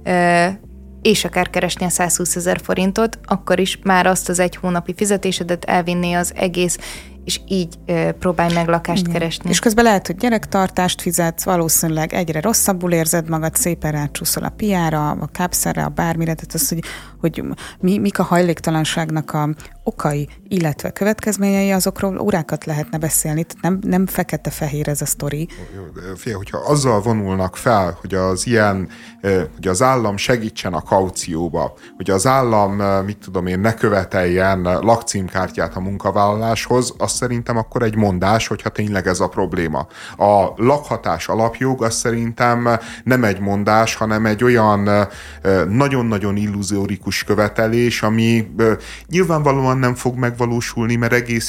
és akár keresnél 120 000 forintot, akkor is már azt az 1 hónapi fizetésedet elvinné az egész, és így próbálj meg lakást keresni. És közben lehet, hogy gyerektartást fizetsz, valószínűleg egyre rosszabbul érzed magad, szépen rácsúszol a piára, a kápszerre, a bármire, tehát az, hogy mik a hajléktalanságnak a okai, illetve következményei, azokról órákat lehetne beszélni, tehát nem fekete-fehér ez a sztori. Figyelj, hogyha azzal vonulnak fel, hogy hogy az állam segítsen a kaucióba, hogy az állam, ne követeljen lakcímkártyát a munkavállaláshoz, azt szerintem akkor egy mondás, hogyha tényleg ez a probléma. A lakhatás alapjog az szerintem nem egy mondás, hanem egy olyan nagyon-nagyon illuzórikus követelés, ami nyilvánvalóan nem fog megvalósulni, mert egész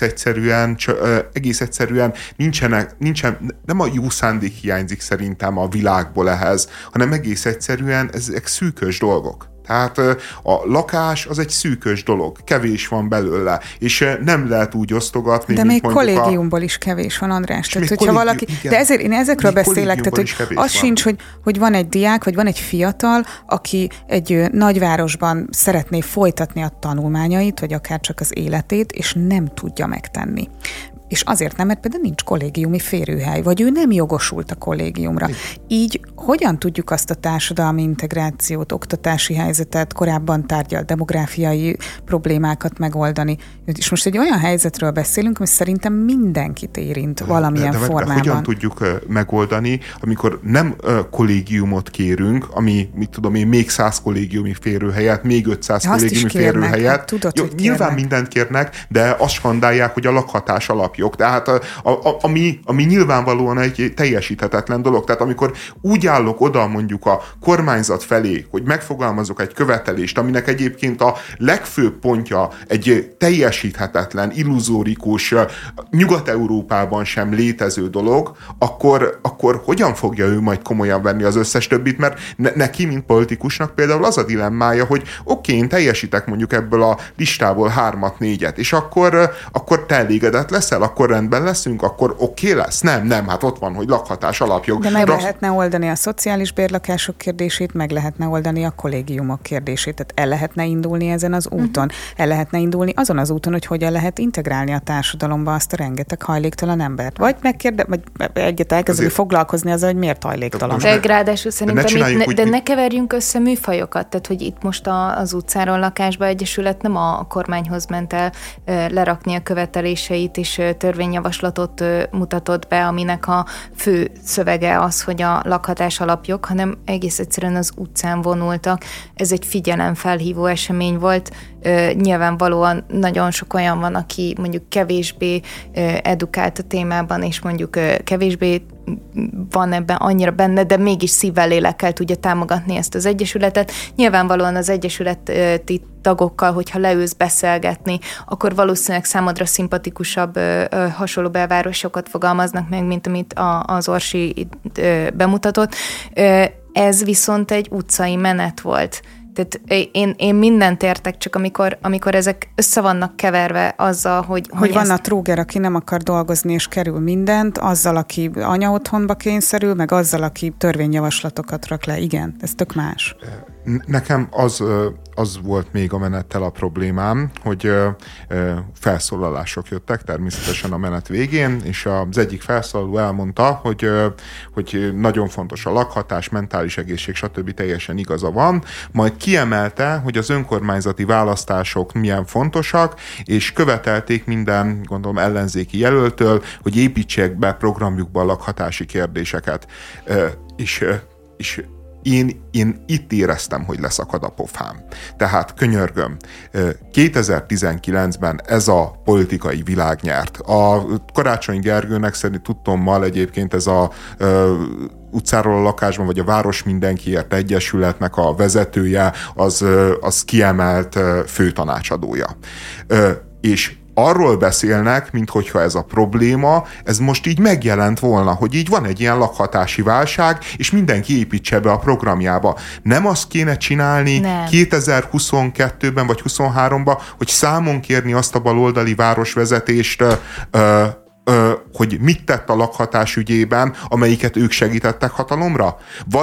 egyszerűen nincsen, nem a jó szándék hiányzik szerintem a világból ehhez, hanem egész egyszerűen ezek szűkös dolgok. Tehát a lakás az egy szűkös dolog, kevés van belőle, és nem lehet úgy osztogatni, de még kollégiumból is kevés van, András. Tehát, hogyha valaki, de ezért én ezekről beszélek, tehát hogy az sincs, hogy van egy diák, vagy van egy fiatal, aki egy nagyvárosban szeretné folytatni a tanulmányait, vagy akár csak az életét, és nem tudja megtenni. És azért nem, mert például nincs kollégiumi férőhely, vagy ő nem jogosult a kollégiumra. Így hogyan tudjuk azt a társadalmi integrációt, oktatási helyzetet, korábban tárgyalt demográfiai problémákat megoldani? És most egy olyan helyzetről beszélünk, ami szerintem mindenkit érint valamilyen formában. De hogyan tudjuk megoldani, amikor nem kollégiumot kérünk, ami, még 100 kollégiumi férőhelyet, még 500 kollégiumi férőhelyet. Hát tudod, hogy nyilván mindent kérnek, de azt skandálják, hogy a lakhatás alapjog. Tehát ami nyilvánvalóan egy teljesíthetetlen dolog. Tehát amikor úgy állok oda mondjuk a kormányzat felé, hogy megfogalmazok egy követelést, aminek egyébként a legfőbb pontja egy teljesíthetetlen, illuzórikus, Nyugat-Európában sem létező dolog, akkor hogyan fogja ő majd komolyan venni az összes többit? Mert neki, mint politikusnak például az a dilemmája, hogy én teljesítek mondjuk ebből a listából 3-4, és akkor te elégedett leszel, akkor rendben leszünk, akkor lesz? Nem, hát ott van, hogy lakhatás alapjog. De meg lehetne oldani a szociális bérlakások kérdését, meg lehetne oldani a kollégiumok kérdését. Tehát el lehetne indulni ezen az úton. El lehetne indulni azon az úton, hogy hogyan lehet integrálni a társadalomba azt a rengeteg hajléktalan embert. Vagy egyet elkezdeni foglalkozni azzal, hogy miért hajléktalan. De ráadásul szerintem de ne keverjünk össze műfajokat. Tehát, hogy itt most az utcáról lakásba egyesület nem a kormányhoz ment el lerakni a követeléseit, és törvényjavaslatot mutatott be, aminek a fő szövege az, hogy a lakhatás alapjog, hanem egész egyszerűen az utcán vonultak. Ez egy figyelemfelhívó esemény volt. Nyilvánvalóan nagyon sok olyan van, aki mondjuk kevésbé edukált a témában, és mondjuk kevésbé van ebben annyira benne, de mégis szívvel, lélekkel tudja támogatni ezt az egyesületet. Nyilvánvalóan az egyesületi tagokkal, hogyha leülsz beszélgetni, akkor valószínűleg számodra szimpatikusabb hasonló belvárosokat fogalmaznak meg, mint amit az Orsi bemutatott. Ez viszont egy utcai menet volt. Tehát én mindent értek, csak amikor ezek össze vannak keverve azzal, hogy van a tróger, aki nem akar dolgozni és kerül mindent, azzal, aki anyaotthonba kényszerül, meg azzal, aki törvényjavaslatokat rak le. Igen, ez tök más. Nekem az volt még a menettel a problémám, hogy felszólalások jöttek természetesen a menet végén, és az egyik felszólaló elmondta, hogy nagyon fontos a lakhatás, mentális egészség, stb. Teljesen igaza van, majd kiemelte, hogy az önkormányzati választások milyen fontosak, és követelték minden, gondolom, ellenzéki jelöltől, hogy építsék be programjukba a lakhatási kérdéseket. És én itt éreztem, hogy leszakad a pofám. Tehát könyörgöm, 2019-ben ez a politikai világ nyert. A Karácsony Gergőnek szerint tudtommal egyébként ez a utcáról a lakásban, vagy a Város Mindenkiért Egyesületnek a vezetője, az kiemelt főtanácsadója. És arról beszélnek, minthogyha ez a probléma, ez most így megjelent volna, hogy így van egy ilyen lakhatási válság, és mindenki építse be a programjába. Nem azt kéne csinálni 2022-ben vagy 2023-ban, hogy számon kérni azt a baloldali városvezetést, hogy mit tett a lakhatás ügyében, amelyiket ők segítettek hatalomra?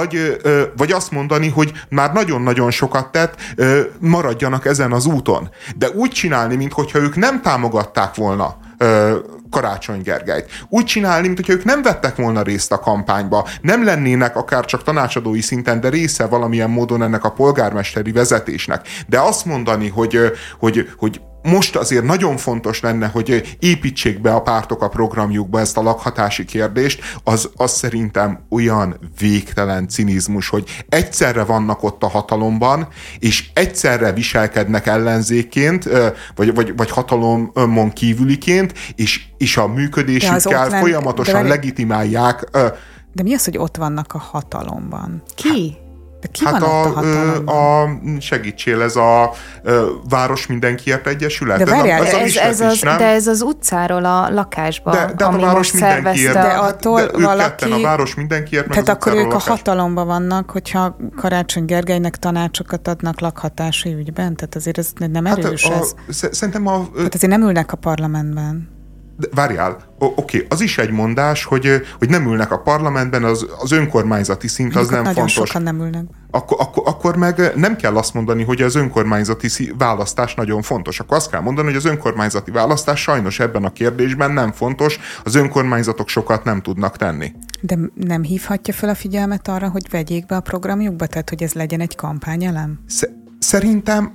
Vagy azt mondani, hogy már nagyon-nagyon sokat tett, maradjanak ezen az úton. De úgy csinálni, minthogyha ők nem támogatták volna Karácsony Gergelyt. Úgy csinálni, mintha ők nem vettek volna részt a kampányba, nem lennének akár csak tanácsadói szinten, de része valamilyen módon ennek a polgármesteri vezetésnek. De azt mondani, hogy most azért nagyon fontos lenne, hogy építsék be a pártok a programjukba ezt a lakhatási kérdést, az szerintem olyan végtelen cinizmus, hogy egyszerre vannak ott a hatalomban, és egyszerre viselkednek ellenzékként, vagy hatalomon kívüliként, és a működésükkel folyamatosan legitimálják. De mi az, hogy ott vannak a hatalomban? Ki? De ki van ott a hatalomban? Segítsél, ez a Város Mindenkiért Egyesület. De várjál, ez az utcáról a lakásba, de ami a Város most szervezte. De attól ők ketten, a Város Mindenkiért, meg tehát az akkor ők a lakás. hatalomban vannak, hogyha Karácsony Gergelynek tanácsokat adnak lakhatási ügyben? Tehát azért ez nem erős ez. Szerintem tehát azért nem ülnek a parlamentben. Várjál, oké, az is egy mondás, hogy nem ülnek a parlamentben, az önkormányzati szint az nem nagyon fontos. Sokan nem ülnek. Akkor meg nem kell azt mondani, hogy az önkormányzati választás nagyon fontos. Akkor azt kell mondani, hogy az önkormányzati választás sajnos ebben a kérdésben nem fontos, az önkormányzatok sokat nem tudnak tenni. De nem hívhatja fel a figyelmet arra, hogy vegyék be a programjukba? Tehát, hogy ez legyen egy kampányelem? Szerintem...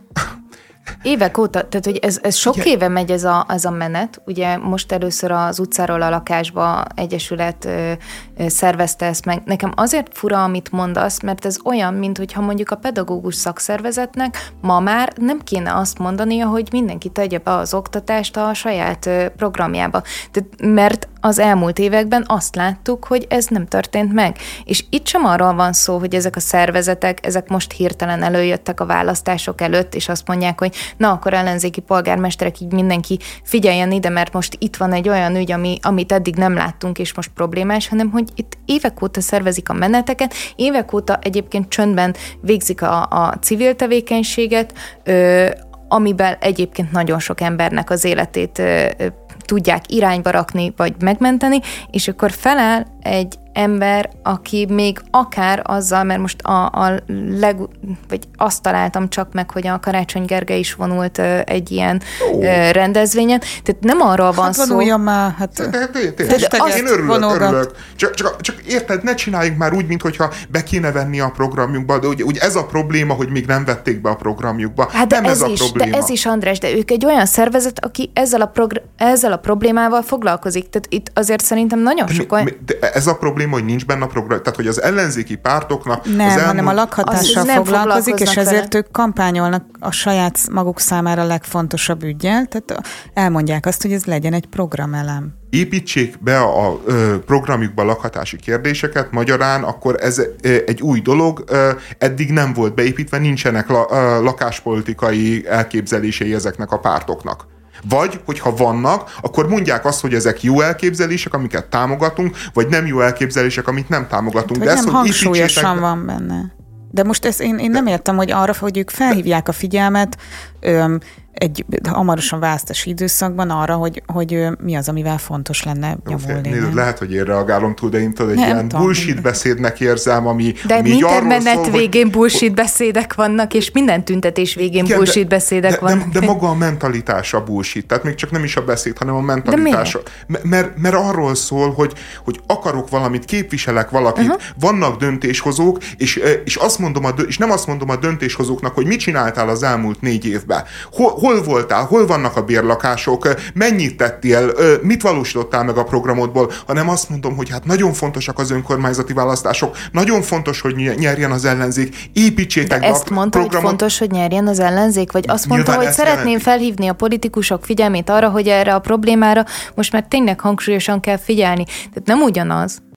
Évek óta, tehát hogy ez sok éve megy ez a menet, ugye most először az utcáról a lakásba egyesület szervezte ezt meg. Nekem azért fura, amit mondasz, mert ez olyan, mintha mondjuk a pedagógus szakszervezetnek ma már nem kéne azt mondania, hogy mindenki tegye be az oktatást a saját programjába. Tehát, mert az elmúlt években azt láttuk, hogy ez nem történt meg. És itt sem arról van szó, hogy ezek a szervezetek, ezek most hirtelen előjöttek a választások előtt, és azt mondják, hogy na, akkor ellenzéki polgármesterek, így mindenki figyeljen ide, mert most itt van egy olyan ügy, amit eddig nem láttunk, és most problémás, hanem hogy itt évek óta szervezik a meneteket, évek óta egyébként csöndben végzik a civil tevékenységet, amiben egyébként nagyon sok embernek az életét tudják irányba rakni, vagy megmenteni, és akkor feláll egy ember, aki még akár azzal, mert most vagy azt találtam csak meg, hogy a Karácsony Gergely is vonult egy ilyen rendezvényen. Tehát nem arról van szó. Vonuljon már, én örülök. Csak érted, ne csináljunk már úgy, mintha be kéne venni a programjukba, de ugye ez a probléma, hogy még nem vették be a programjukba. Hát nem ez a probléma. De ez is, András, de ők egy olyan szervezet, aki ezzel a problémával foglalkozik. Tehát itt azért szerintem nagyon sok olyan... De ez a probléma, hogy nincs benne a program, tehát hogy az ellenzéki pártoknak... hanem a lakhatással foglalkozik, és ezért ők kampányolnak a saját maguk számára legfontosabb üggyel, tehát elmondják azt, hogy ez legyen egy programelem. Építsék be a programjukba lakhatási kérdéseket, magyarán akkor ez egy új dolog, eddig nem volt beépítve, nincsenek lakáspolitikai elképzelései ezeknek a pártoknak. Vagy, hogyha vannak, akkor mondják azt, hogy ezek jó elképzelések, amiket támogatunk, vagy nem jó elképzelések, amit nem támogatunk. Hát, de nem hangsúlyosan van benne. De most ezt én nem értem, hogy arra, hogy ők felhívják a figyelmet egy hamarosan választási időszakban arra, hogy mi az, amivel fontos lenne nyomulni. Lehet, hogy én reagálom túl, de én egy ilyen bullshit beszédnek érzem, ami de minden menet szól, végén bullshit beszédek vannak, és minden tüntetés végén bullshit beszédek vannak. De maga a mentalitás a bullshit, tehát még csak nem is a beszéd, hanem a mentalitás. Mert arról szól, hogy akarok valamit, képviselek valakit, vannak döntéshozók, és azt mondom és nem azt mondom a döntéshozóknak, hogy mit csináltál az elmúlt 4 évben. Hol voltál, hol vannak a bérlakások, mennyit tettél, mit valósítottál meg a programodból, hanem azt mondom, hogy hát nagyon fontosak az önkormányzati választások, nagyon fontos, hogy nyerjen az ellenzék, építsétek be a ezt mondta, hogy fontos, hogy nyerjen az ellenzék? Vagy azt mondta, hogy szeretném felhívni a politikusok figyelmét arra, hogy erre a problémára most már tényleg hangsúlyosan kell figyelni. Tehát nem ugyanaz.